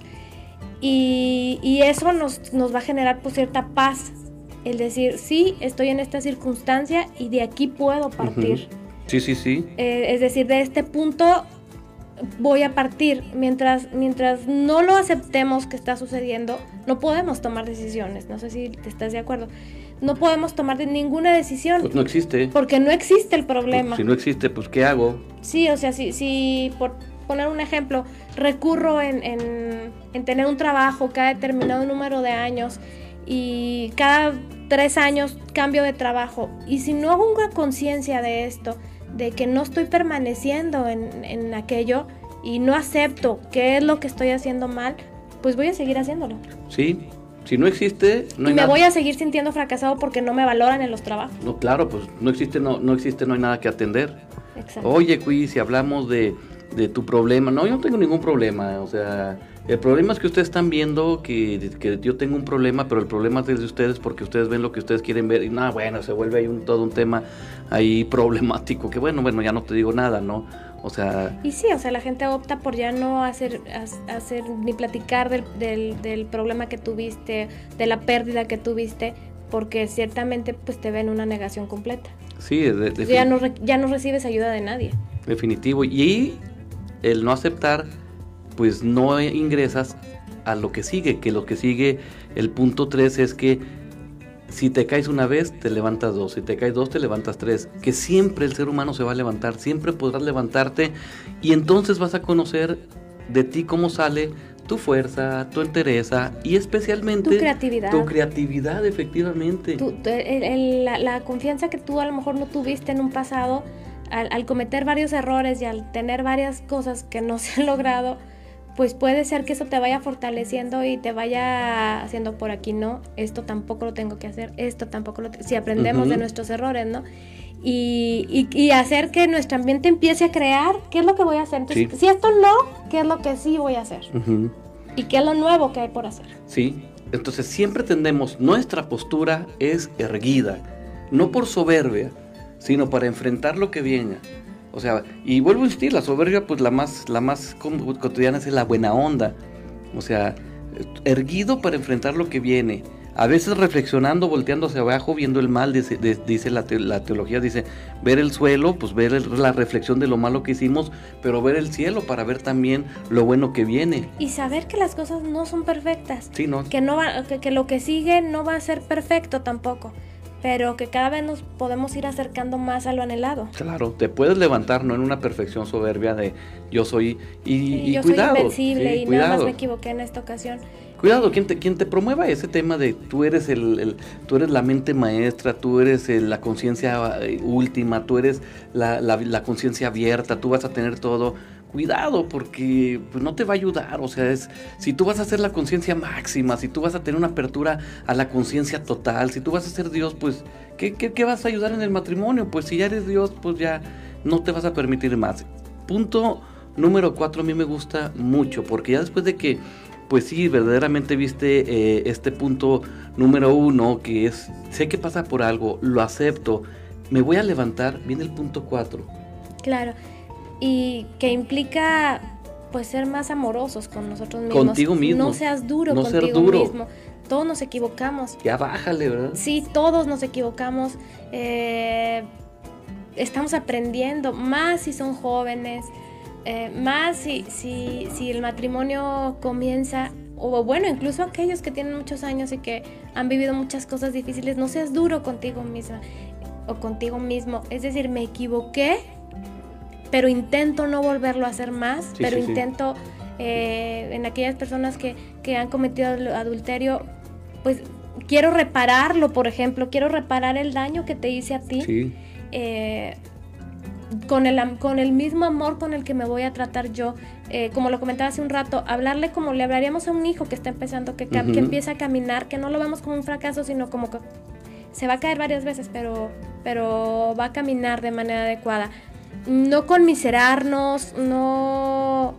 Y, y eso nos, nos va a generar pues cierta paz. El decir, sí, estoy en esta circunstancia y de aquí puedo partir. Uh-huh. Sí, sí, sí. Eh, es decir, de este punto voy a partir. Mientras, mientras no lo aceptemos que está sucediendo, no podemos tomar decisiones. No sé si te estás de acuerdo. No podemos tomar de ninguna decisión. Pues no existe. Porque no existe el problema. Pues si no existe, pues ¿qué hago? Sí, o sea, si, si por poner un ejemplo, recurro en, en, en tener un trabajo cada determinado número de años y cada tres años cambio de trabajo, y si no hago una conciencia de esto, de que no estoy permaneciendo en, en aquello y no acepto qué es lo que estoy haciendo mal, pues voy a seguir haciéndolo. Sí, si no existe, no hay y me nada. voy a seguir sintiendo fracasado porque no me valoran en los trabajos. No, claro, pues no existe, no, no existe, no hay nada que atender. Exacto. Oye, Cui, si hablamos de, de tu problema, no, yo no tengo ningún problema, o sea, el problema es que ustedes están viendo que, que yo tengo un problema, pero el problema es de ustedes porque ustedes ven lo que ustedes quieren ver y nada, bueno, se vuelve ahí un, todo un tema ahí problemático, que bueno, bueno, ya no te digo nada, ¿no? O sea... Y sí, o sea, la gente opta por ya no hacer, hacer ni platicar del, del, del problema que tuviste, de la pérdida que tuviste, porque ciertamente pues te ven una negación completa. Sí, de, de, ya, no, ya no recibes ayuda de nadie. Definitivo, y el no aceptar, pues no ingresas a lo que sigue, que lo que sigue, el punto tres es que si te caes una vez, te levantas dos, si te caes dos, te levantas tres, que siempre el ser humano se va a levantar, siempre podrás levantarte y entonces vas a conocer de ti cómo sale tu fuerza, tu entereza y especialmente tu creatividad, tu creatividad efectivamente. Tu, el, el, la, la confianza que tú a lo mejor no tuviste en un pasado, al, al cometer varios errores y al tener varias cosas que no se han logrado, pues puede ser que eso te vaya fortaleciendo y te vaya haciendo por aquí, no, esto tampoco lo tengo que hacer, esto tampoco lo te... si aprendemos uh-huh. de nuestros errores, ¿no? Y, y, y hacer que nuestro ambiente empiece a crear, ¿qué es lo que voy a hacer? Entonces, sí. Si esto no, ¿qué es lo que sí voy a hacer? Uh-huh. ¿Y qué es lo nuevo que hay por hacer? Sí, entonces siempre tendemos, nuestra postura es erguida, no por soberbia, sino para enfrentar lo que viene. O sea, y vuelvo a insistir, la soberbia, pues la más, la más cotidiana es la buena onda. O sea, erguido para enfrentar lo que viene, A veces reflexionando, volteando hacia abajo, viendo el mal, dice, de, dice la, te, la teología, dice, ver el suelo, pues ver el, la reflexión de lo malo que hicimos, pero ver el cielo para ver también lo bueno que viene. Y saber que las cosas no son perfectas, sí, no. que, no va, que, que lo que sigue no va a ser perfecto tampoco, pero que cada vez nos podemos ir acercando más a lo anhelado. Claro, te puedes levantar, no en una perfección soberbia de yo soy, y, sí, y yo cuidado. soy invencible sí, y cuidado. nada más me equivoqué en esta ocasión. Cuidado, quien te, quien te promueva ese tema de tú eres el, el tú eres la mente maestra, tú eres el, la conciencia última, tú eres la, la, la conciencia abierta, tú vas a tener todo. Cuidado, porque pues, no te va a ayudar. O sea, es si tú vas a hacer la conciencia máxima, si tú vas a tener una apertura a la conciencia total, si tú vas a ser Dios, pues ¿qué, qué, ¿qué vas a ayudar en el matrimonio? Pues si ya eres Dios, pues ya no te vas a permitir más. Punto número cuatro, a mí me gusta mucho, porque ya después de que pues sí, verdaderamente viste eh, este punto número uno, que es, sé que pasa por algo, lo acepto, me voy a levantar, viene el punto cuatro. Claro, y que implica pues ser más amorosos con nosotros mismos. Contigo mismo. No seas duro no contigo ser duro. mismo. Todos nos equivocamos. Ya bájale, ¿verdad? Sí, todos nos equivocamos. Eh, estamos aprendiendo, más si son jóvenes. Eh, más si, si, si el matrimonio comienza, o bueno, incluso aquellos que tienen muchos años y que han vivido muchas cosas difíciles, no seas duro contigo misma o contigo mismo. Es decir, me equivoqué, pero intento no volverlo a hacer más, sí, pero sí, intento eh, en aquellas personas que, que han cometido adulterio, pues quiero repararlo, por ejemplo, quiero reparar el daño que te hice a ti. Sí. Eh, Con el, con el mismo amor con el que me voy a tratar yo, eh, como lo comentaba hace un rato, hablarle como le hablaríamos a un hijo que está empezando, que, uh-huh. que empieza a caminar, que no lo vemos como un fracaso, sino como que se va a caer varias veces, pero, pero va a caminar de manera adecuada. No conmiserarnos, no,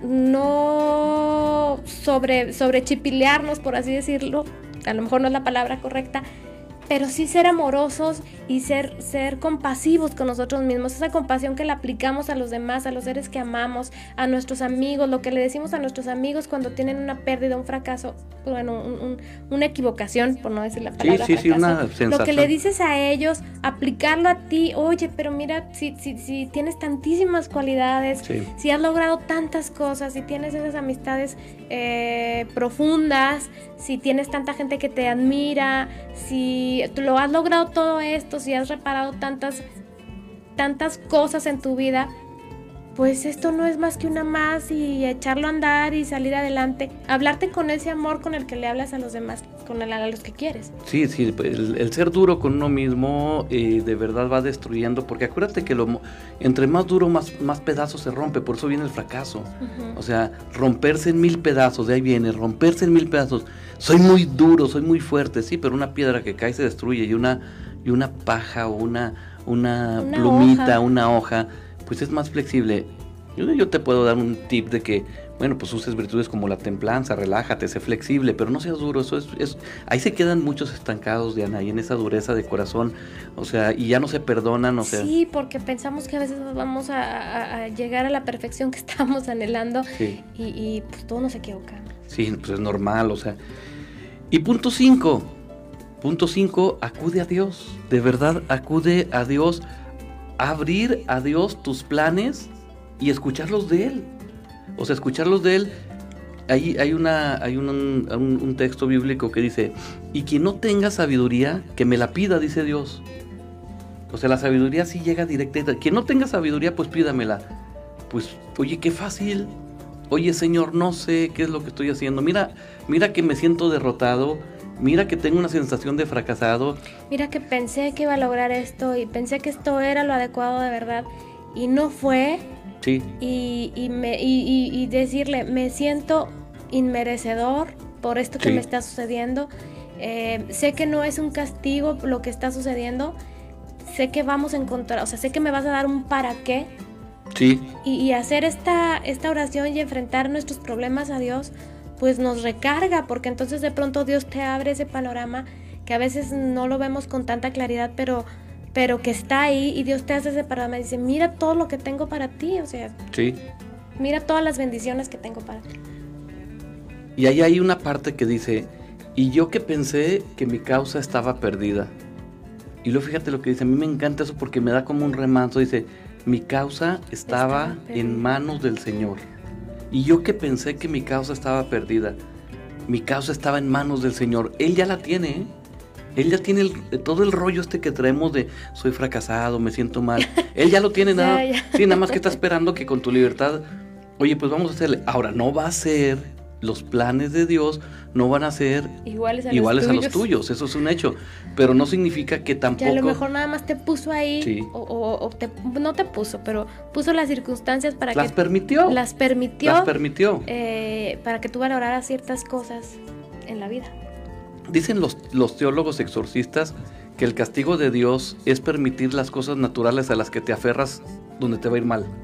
no sobre, sobre chipilearnos, por así decirlo, a lo mejor no es la palabra correcta, pero sí ser amorosos y ser, ser compasivos con nosotros mismos, esa compasión que le aplicamos a los demás, a los seres que amamos, a nuestros amigos, lo que le decimos a nuestros amigos cuando tienen una pérdida, un fracaso, bueno, un, un, una equivocación, por no decir la palabra sí, sí, fracaso, sí, una sensación. Lo que le dices a ellos, aplicarlo a ti, oye, pero mira, si, si, si tienes tantísimas cualidades, sí. si has logrado tantas cosas, si tienes esas amistades eh, profundas, si tienes tanta gente que te admira, si tú lo has logrado todo esto, si has reparado tantas, tantas cosas en tu vida, pues esto no es más que una más y echarlo a andar y salir adelante. Hablarte con ese amor con el que le hablas a los demás, con el, a los que quieres. Sí, sí, el, el ser duro con uno mismo eh, de verdad va destruyendo, porque acuérdate que lo, entre más duro, más, más pedazos se rompe, por eso viene el fracaso. Uh-huh. O sea, romperse en mil pedazos, de ahí viene, romperse en mil pedazos. Soy muy duro, soy muy fuerte, sí, pero una piedra que cae se destruye y una, y una paja o una, una, una plumita, hoja. una hoja, pues es más flexible. Yo, yo te puedo dar un tip de que, bueno, pues uses virtudes como la templanza, relájate, sé flexible, pero no seas duro. Eso es, es ahí se quedan muchos estancados, Diana, y en esa dureza de corazón, o sea, y ya no se perdonan, o sea. Sí, porque pensamos que a veces vamos a, a, a llegar a la perfección que estamos anhelando, sí. y, y pues todos nos equivocamos. Sí, pues es normal, o sea. Y punto cinco, punto cinco, acude a Dios, de verdad, acude a Dios, abrir a Dios tus planes y escucharlos de Él. O sea, escucharlos de Él. Ahí hay, una, hay un, un, un texto bíblico que dice, y quien no tenga sabiduría, que me la pida, dice Dios. O sea, la sabiduría sí llega directa. Quien no tenga sabiduría, pues pídamela. Pues, oye, qué fácil. Oye, Señor, no sé qué es lo que estoy haciendo. Mira, mira que me siento derrotado. Mira que tengo una sensación de fracasado. Mira que pensé que iba a lograr esto y pensé que esto era lo adecuado de verdad y no fue. Sí. Y, y, me, y, y, y decirle, me siento inmerecedor por esto que sí. me está sucediendo. Eh, sé que no es un castigo lo que está sucediendo. Sé que vamos a encontrar, o sea, sé que me vas a dar un para qué. Sí. Y, y hacer esta, esta oración y enfrentar nuestros problemas a Dios, pues nos recarga, porque entonces de pronto Dios te abre ese panorama que a veces no lo vemos con tanta claridad, pero, pero que está ahí, y Dios te hace ese panorama y dice, mira todo lo que tengo para ti, o sea, sí. mira todas las bendiciones que tengo para ti. Y ahí hay una parte que dice, y yo que pensé que mi causa estaba perdida. Y luego fíjate lo que dice, a mí me encanta eso porque me da como un remanso, dice, mi causa estaba, estaba en manos del Señor. Y yo que pensé que mi causa estaba perdida, mi causa estaba en manos del Señor. Él ya la tiene, ¿eh? Él ya tiene el, todo el rollo este que traemos de soy fracasado, me siento mal. Él ya lo tiene, nada, ya, ya. Sí, nada más que está esperando que con tu libertad, oye, pues vamos a hacerle. Ahora, no va a ser, los planes de Dios no van a ser iguales a, iguales los, a tuyos. los tuyos, eso es un hecho. Pero no significa que tampoco... Que a lo mejor nada más te puso ahí, sí. o, o, o te, no te puso, pero puso las circunstancias para las que... Permitió. Las permitió. Las permitió. Eh, para que tú valoraras ciertas cosas en la vida. Dicen los, los teólogos exorcistas que el castigo de Dios es permitir las cosas naturales a las que te aferras donde te va a ir mal.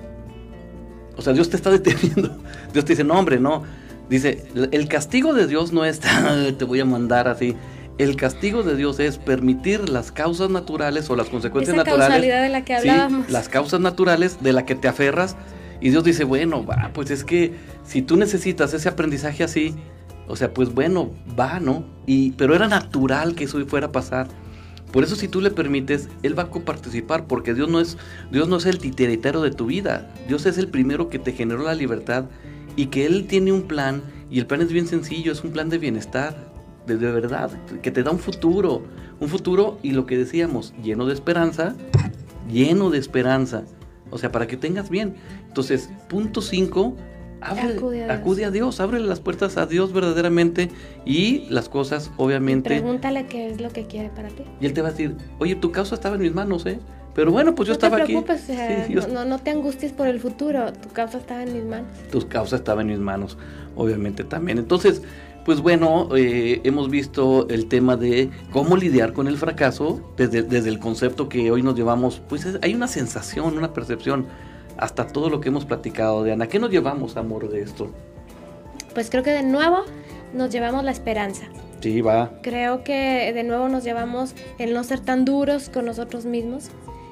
O sea, Dios te está deteniendo. Dios te dice, no hombre, no. Dice, el castigo de Dios no es, te voy a mandar así. El castigo de Dios es permitir las causas naturales o las consecuencias Esa naturales. Causalidad de la que hablábamos. Sí, las causas naturales de la que te aferras. Y Dios dice, bueno, va, pues es que si tú necesitas ese aprendizaje así, o sea, pues bueno, va, ¿no? Y, pero era natural que eso fuera a pasar. Por eso si tú le permites, Él va a coparticipar, porque Dios no es, Dios no es el titiritero de tu vida. Dios es el primero que te generó la libertad y que Él tiene un plan, y el plan es bien sencillo, es un plan de bienestar, de, de verdad, que te da un futuro, un futuro, y lo que decíamos, lleno de esperanza, lleno de esperanza, o sea, para que tengas bien. Entonces, punto cinco, abre, acude, a acude a Dios, ábrele las puertas a Dios verdaderamente, y las cosas, obviamente... Y pregúntale qué es lo que quiere para ti. Y Él te va a decir, oye, tu causa estaba en mis manos, ¿eh? Pero bueno, pues yo no estaba te aquí. preocupes, o sea, sí, yo... no, no te angusties por el futuro, tu causa estaba en mis manos. Tu causa estaba en mis manos, obviamente también. Entonces, pues bueno, eh, hemos visto el tema de cómo lidiar con el fracaso desde, desde el concepto que hoy nos llevamos. Pues es, hay una sensación, una percepción, hasta todo lo que hemos platicado. De Ana, ¿qué nos llevamos, amor, de esto? Pues creo que de nuevo nos llevamos la esperanza. Sí, va. Creo que de nuevo nos llevamos el no ser tan duros con nosotros mismos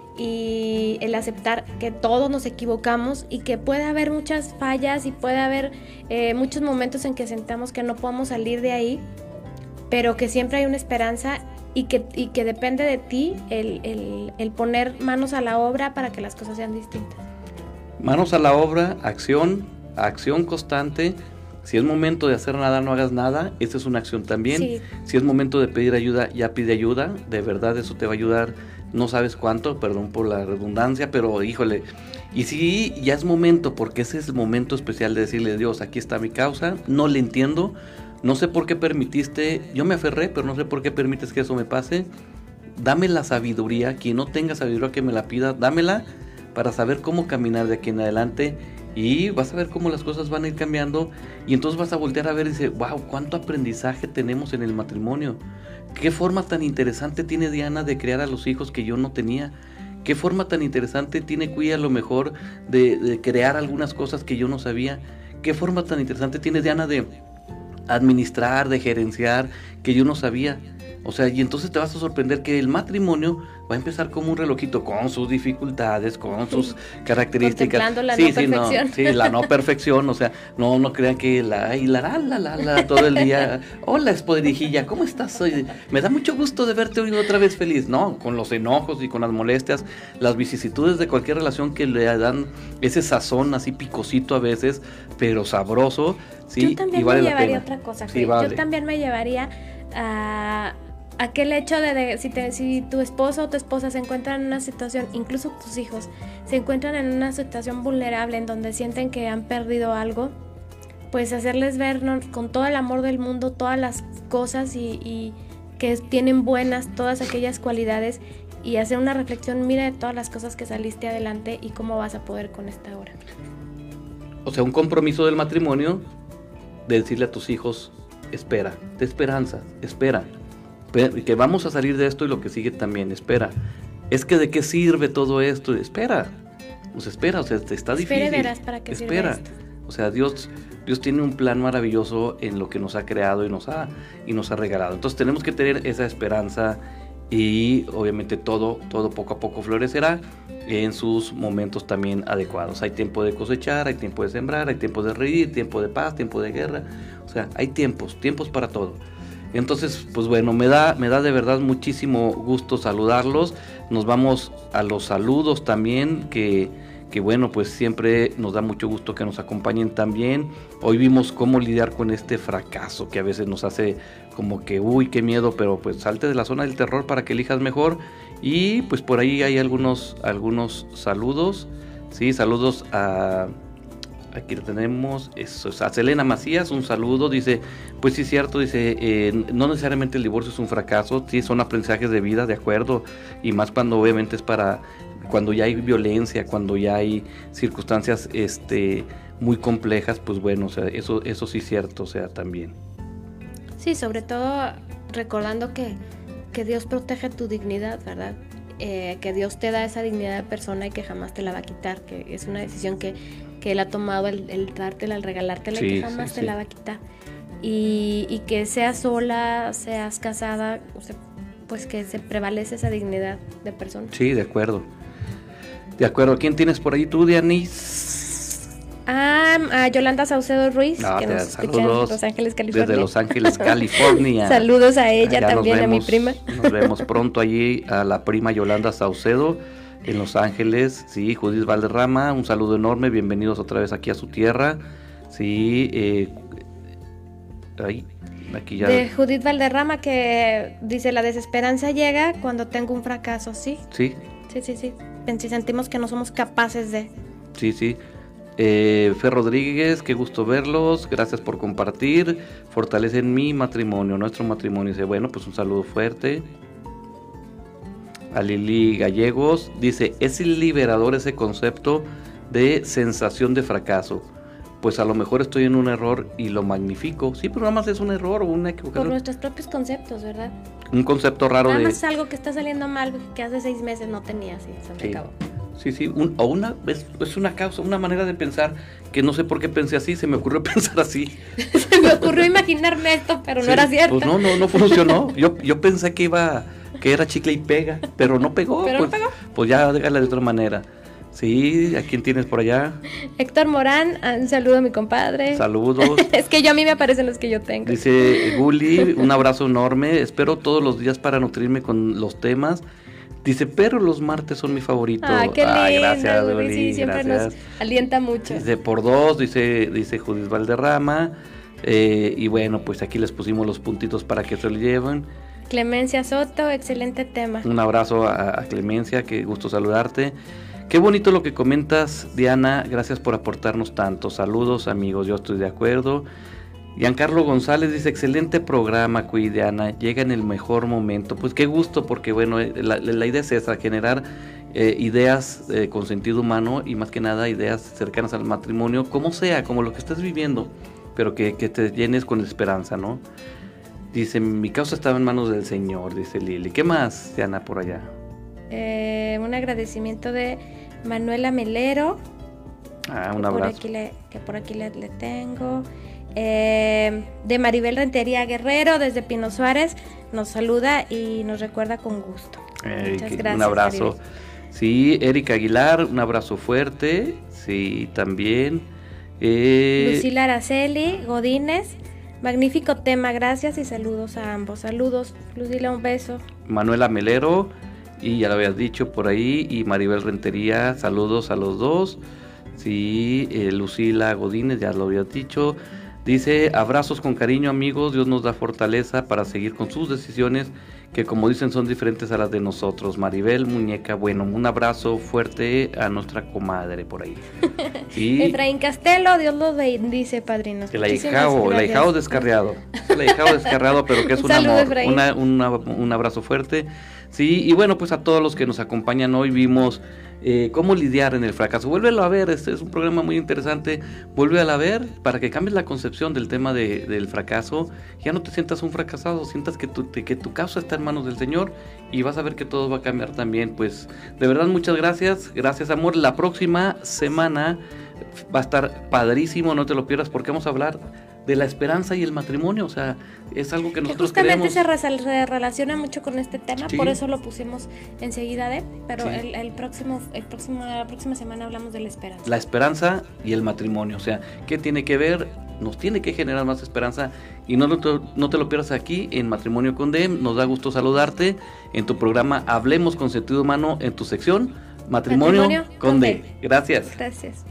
y el aceptar que todos nos equivocamos y que puede haber muchas fallas y puede haber eh, muchos momentos en que sentamos que no podemos salir de ahí, pero que siempre hay una esperanza y que, y que depende de ti el, el, el poner manos a la obra para que las cosas sean distintas. Manos a la obra, acción, acción constante. Si es momento de hacer nada, no hagas nada. Esa es una acción también. Sí. Si es momento de pedir ayuda, ya pide ayuda. De verdad, eso te va a ayudar. No sabes cuánto, perdón por la redundancia, pero híjole. Y si ya es momento, porque ese es el momento especial de decirle, Dios, aquí está mi causa. No le entiendo. No sé por qué permitiste. Yo me aferré, pero no sé por qué permites que eso me pase. Dame la sabiduría. Quien no tenga sabiduría que me la pida, dámela para saber cómo caminar de aquí en adelante. Y vas a ver cómo las cosas van a ir cambiando y entonces vas a voltear a ver y decir, wow, cuánto aprendizaje tenemos en el matrimonio. Qué forma tan interesante tiene Diana de crear a los hijos que yo no tenía. Qué forma tan interesante tiene Cuya a lo mejor de, de crear algunas cosas que yo no sabía. Qué forma tan interesante tiene Diana de administrar, de gerenciar, que yo no sabía. O sea, y entonces te vas a sorprender que el matrimonio va a empezar como un relojito con sus dificultades, con sus características. Contemplando la sí, no sí, perfección. No, sí, la no perfección. O sea, no, no crean que la, y la, la, la, la, la, todo el día. Hola, espoderijilla, ¿cómo estás hoy? Me da mucho gusto de verte hoy otra vez feliz. No, con los enojos y con las molestias, las vicisitudes de cualquier relación que le dan ese sazón así picosito a veces, pero sabroso. Sí, yo también y vale me la llevaría pena. otra cosa. Sí, yo vale. también me llevaría a... aquel hecho de, de si, te, si tu esposo o tu esposa se encuentran en una situación, incluso tus hijos, se encuentran en una situación vulnerable en donde sienten que han perdido algo, pues hacerles ver, ¿no?, con todo el amor del mundo todas las cosas y, y que tienen buenas, todas aquellas cualidades, y hacer una reflexión, mira de todas las cosas que saliste adelante y cómo vas a poder con esta hora. O sea, un compromiso del matrimonio de decirle a tus hijos, espera, de esperanza, espera. Que vamos a salir de esto y lo que sigue también, espera. Es que de qué sirve todo esto, espera. Pues espera, o sea, te está difícil. Espera, verás para qué sirve espera. esto. O sea, Dios, Dios tiene un plan maravilloso en lo que nos ha creado y nos ha, y nos ha regalado. Entonces tenemos que tener esa esperanza y obviamente todo, todo poco a poco florecerá en sus momentos también adecuados. Hay tiempo de cosechar, hay tiempo de sembrar, hay tiempo de reír, tiempo de paz, tiempo de guerra. O sea, hay tiempos, tiempos para todo. Entonces, pues bueno, me da, me da de verdad muchísimo gusto saludarlos. Nos vamos a los saludos también, que, que bueno, pues siempre nos da mucho gusto que nos acompañen también. Hoy vimos cómo lidiar con este fracaso que a veces nos hace como que, uy, qué miedo, pero pues salte de la zona del terror para que elijas mejor. Y pues por ahí hay algunos, algunos saludos, sí, saludos a... Aquí lo tenemos, eso es, a Selena Macías, un saludo, dice, pues sí es cierto, dice, eh, no necesariamente el divorcio es un fracaso, sí son aprendizajes de vida, de acuerdo, y más cuando obviamente es para, cuando ya hay violencia, cuando ya hay circunstancias este, muy complejas, pues bueno, o sea, eso, eso sí es cierto, o sea, también. Sí, sobre todo recordando que, que Dios protege tu dignidad, ¿verdad? Eh, que Dios te da esa dignidad de persona y que jamás te la va a quitar, que es una decisión que, que Él ha tomado, el, el dártela, el regalártela, sí, y que jamás sí, te sí. la va a quitar. Y, y que seas sola, seas casada, o sea, pues que se prevalece esa dignidad de persona. Sí, de acuerdo. De acuerdo. ¿Quién tienes por ahí tú, Dianis? Ah, a Yolanda Saucedo Ruiz, no, que nos escucha en Los Ángeles, California. Desde Los Ángeles, California. Saludos a ella, allá también, vemos, a mi prima. Nos vemos pronto allí, a la prima Yolanda Saucedo, en Los Ángeles. Sí, Judith Valderrama, un saludo enorme, bienvenidos otra vez aquí a su tierra. Sí, eh, ahí, aquí ya. De Judith Valderrama, que dice, la desesperanza llega cuando tengo un fracaso, ¿sí? Sí. Sí, sí, sí. Si sentimos que no somos capaces de... Sí, sí. Eh, Fer Rodríguez, qué gusto verlos, gracias por compartir, fortalecen mi matrimonio, nuestro matrimonio. Dice, bueno, pues un saludo fuerte. A Lili Gallegos, dice, es liberador ese concepto de sensación de fracaso. Pues a lo mejor estoy en un error y lo magnifico. Sí, pero nada más es un error o una equivocación. Por nuestros propios conceptos, ¿verdad? Un concepto raro nada de... Nada más algo que está saliendo mal, que hace seis meses no tenía, sí, se me sí. acabó. Sí, sí, un, o una, es, es una causa, una manera de pensar que no sé por qué pensé así, se me ocurrió pensar así. Se me ocurrió imaginarme esto, pero sí, no era cierto. Pues no, no, no funcionó. Yo, yo pensé que iba, que era chicle y pega, pero no pegó. Pero pues, no pegó. Pues ya déjala de otra manera. Sí, ¿a quién tienes por allá? Héctor Morán, un saludo a mi compadre. Saludos. Es que yo a mí me aparecen los que yo tengo. Dice Guli, un abrazo enorme, espero todos los días para nutrirme con los temas. Dice, pero los martes son mi favorito. Ah, qué lindo. Ah, gracias, Guli, Guli, sí, siempre gracias. Nos alienta mucho. Dice, por dos, dice, dice Judith Valderrama. Eh, y bueno, pues aquí les pusimos los puntitos para que se lo lleven. Clemencia Soto, excelente tema. Un abrazo a, a Clemencia, qué gusto saludarte. Qué bonito lo que comentas, Diana, gracias por aportarnos tanto. Saludos, amigos, yo estoy de acuerdo. Giancarlo González dice, excelente programa, Cuy, Diana, llega en el mejor momento. Pues qué gusto, porque bueno, la, la idea es esa, generar eh, ideas eh, con sentido humano y más que nada ideas cercanas al matrimonio, como sea, como lo que estés viviendo, pero que, que te llenes con esperanza, ¿no? Dice, mi causa estaba en manos del Señor, dice Lili. ¿Qué más, Diana, por allá? Eh, un agradecimiento de Manuela Melero. Ah, un que abrazo. Por aquí le, que por aquí le, le tengo. Eh, de Maribel Rentería Guerrero, desde Pino Suárez, nos saluda y nos recuerda con gusto. Eh, Muchas que, gracias. Un abrazo. Maribel. Sí, Erika Aguilar, un abrazo fuerte. Sí, también. Eh, Lucila Araceli Godínez, magnífico tema, gracias y saludos a ambos. Saludos, Lucila, un beso. Manuela Melero, y ya lo habías dicho por ahí, y Maribel Rentería, saludos a los dos. Sí, eh, Lucila Godínez, ya lo habías dicho. Dice, abrazos con cariño, amigos, Dios nos da fortaleza para seguir con sus decisiones, que como dicen son diferentes a las de nosotros. Maribel Muñeca, bueno, un abrazo fuerte a nuestra comadre por ahí. Sí. Efraín Castelo, Dios los bendice, padrinos. El ahijado, el ahijado descarriado. El ahijado descarriado, pero que es un, un saludo, amor, una, una, un abrazo fuerte. Sí, y bueno, pues a todos los que nos acompañan hoy vimos eh, cómo lidiar en el fracaso. Vuélvelo a ver, este es un programa muy interesante. Vuélvelo a ver para que cambies la concepción del tema de, del fracaso. Ya no te sientas un fracasado, sientas que tu, que tu causa está en manos del Señor y vas a ver que todo va a cambiar también. Pues de verdad, muchas gracias. Gracias, amor. La próxima semana va a estar padrísimo, no te lo pierdas, porque vamos a hablar de la esperanza y el matrimonio. O sea, es algo que nosotros que justamente queremos. se, re- se relaciona mucho con este tema, Sí. por eso lo pusimos enseguida de, pero Sí. el, el próximo, el próximo, la próxima semana hablamos de la esperanza. La esperanza y el matrimonio, o sea, ¿qué tiene que ver nos tiene que generar más esperanza. Y no, no, no te lo pierdas aquí en Matrimonio con Dem. Nos da gusto saludarte en tu programa Hablemos con Sentido Humano, en tu sección Matrimonio, Matrimonio con, con D. Gracias. Gracias.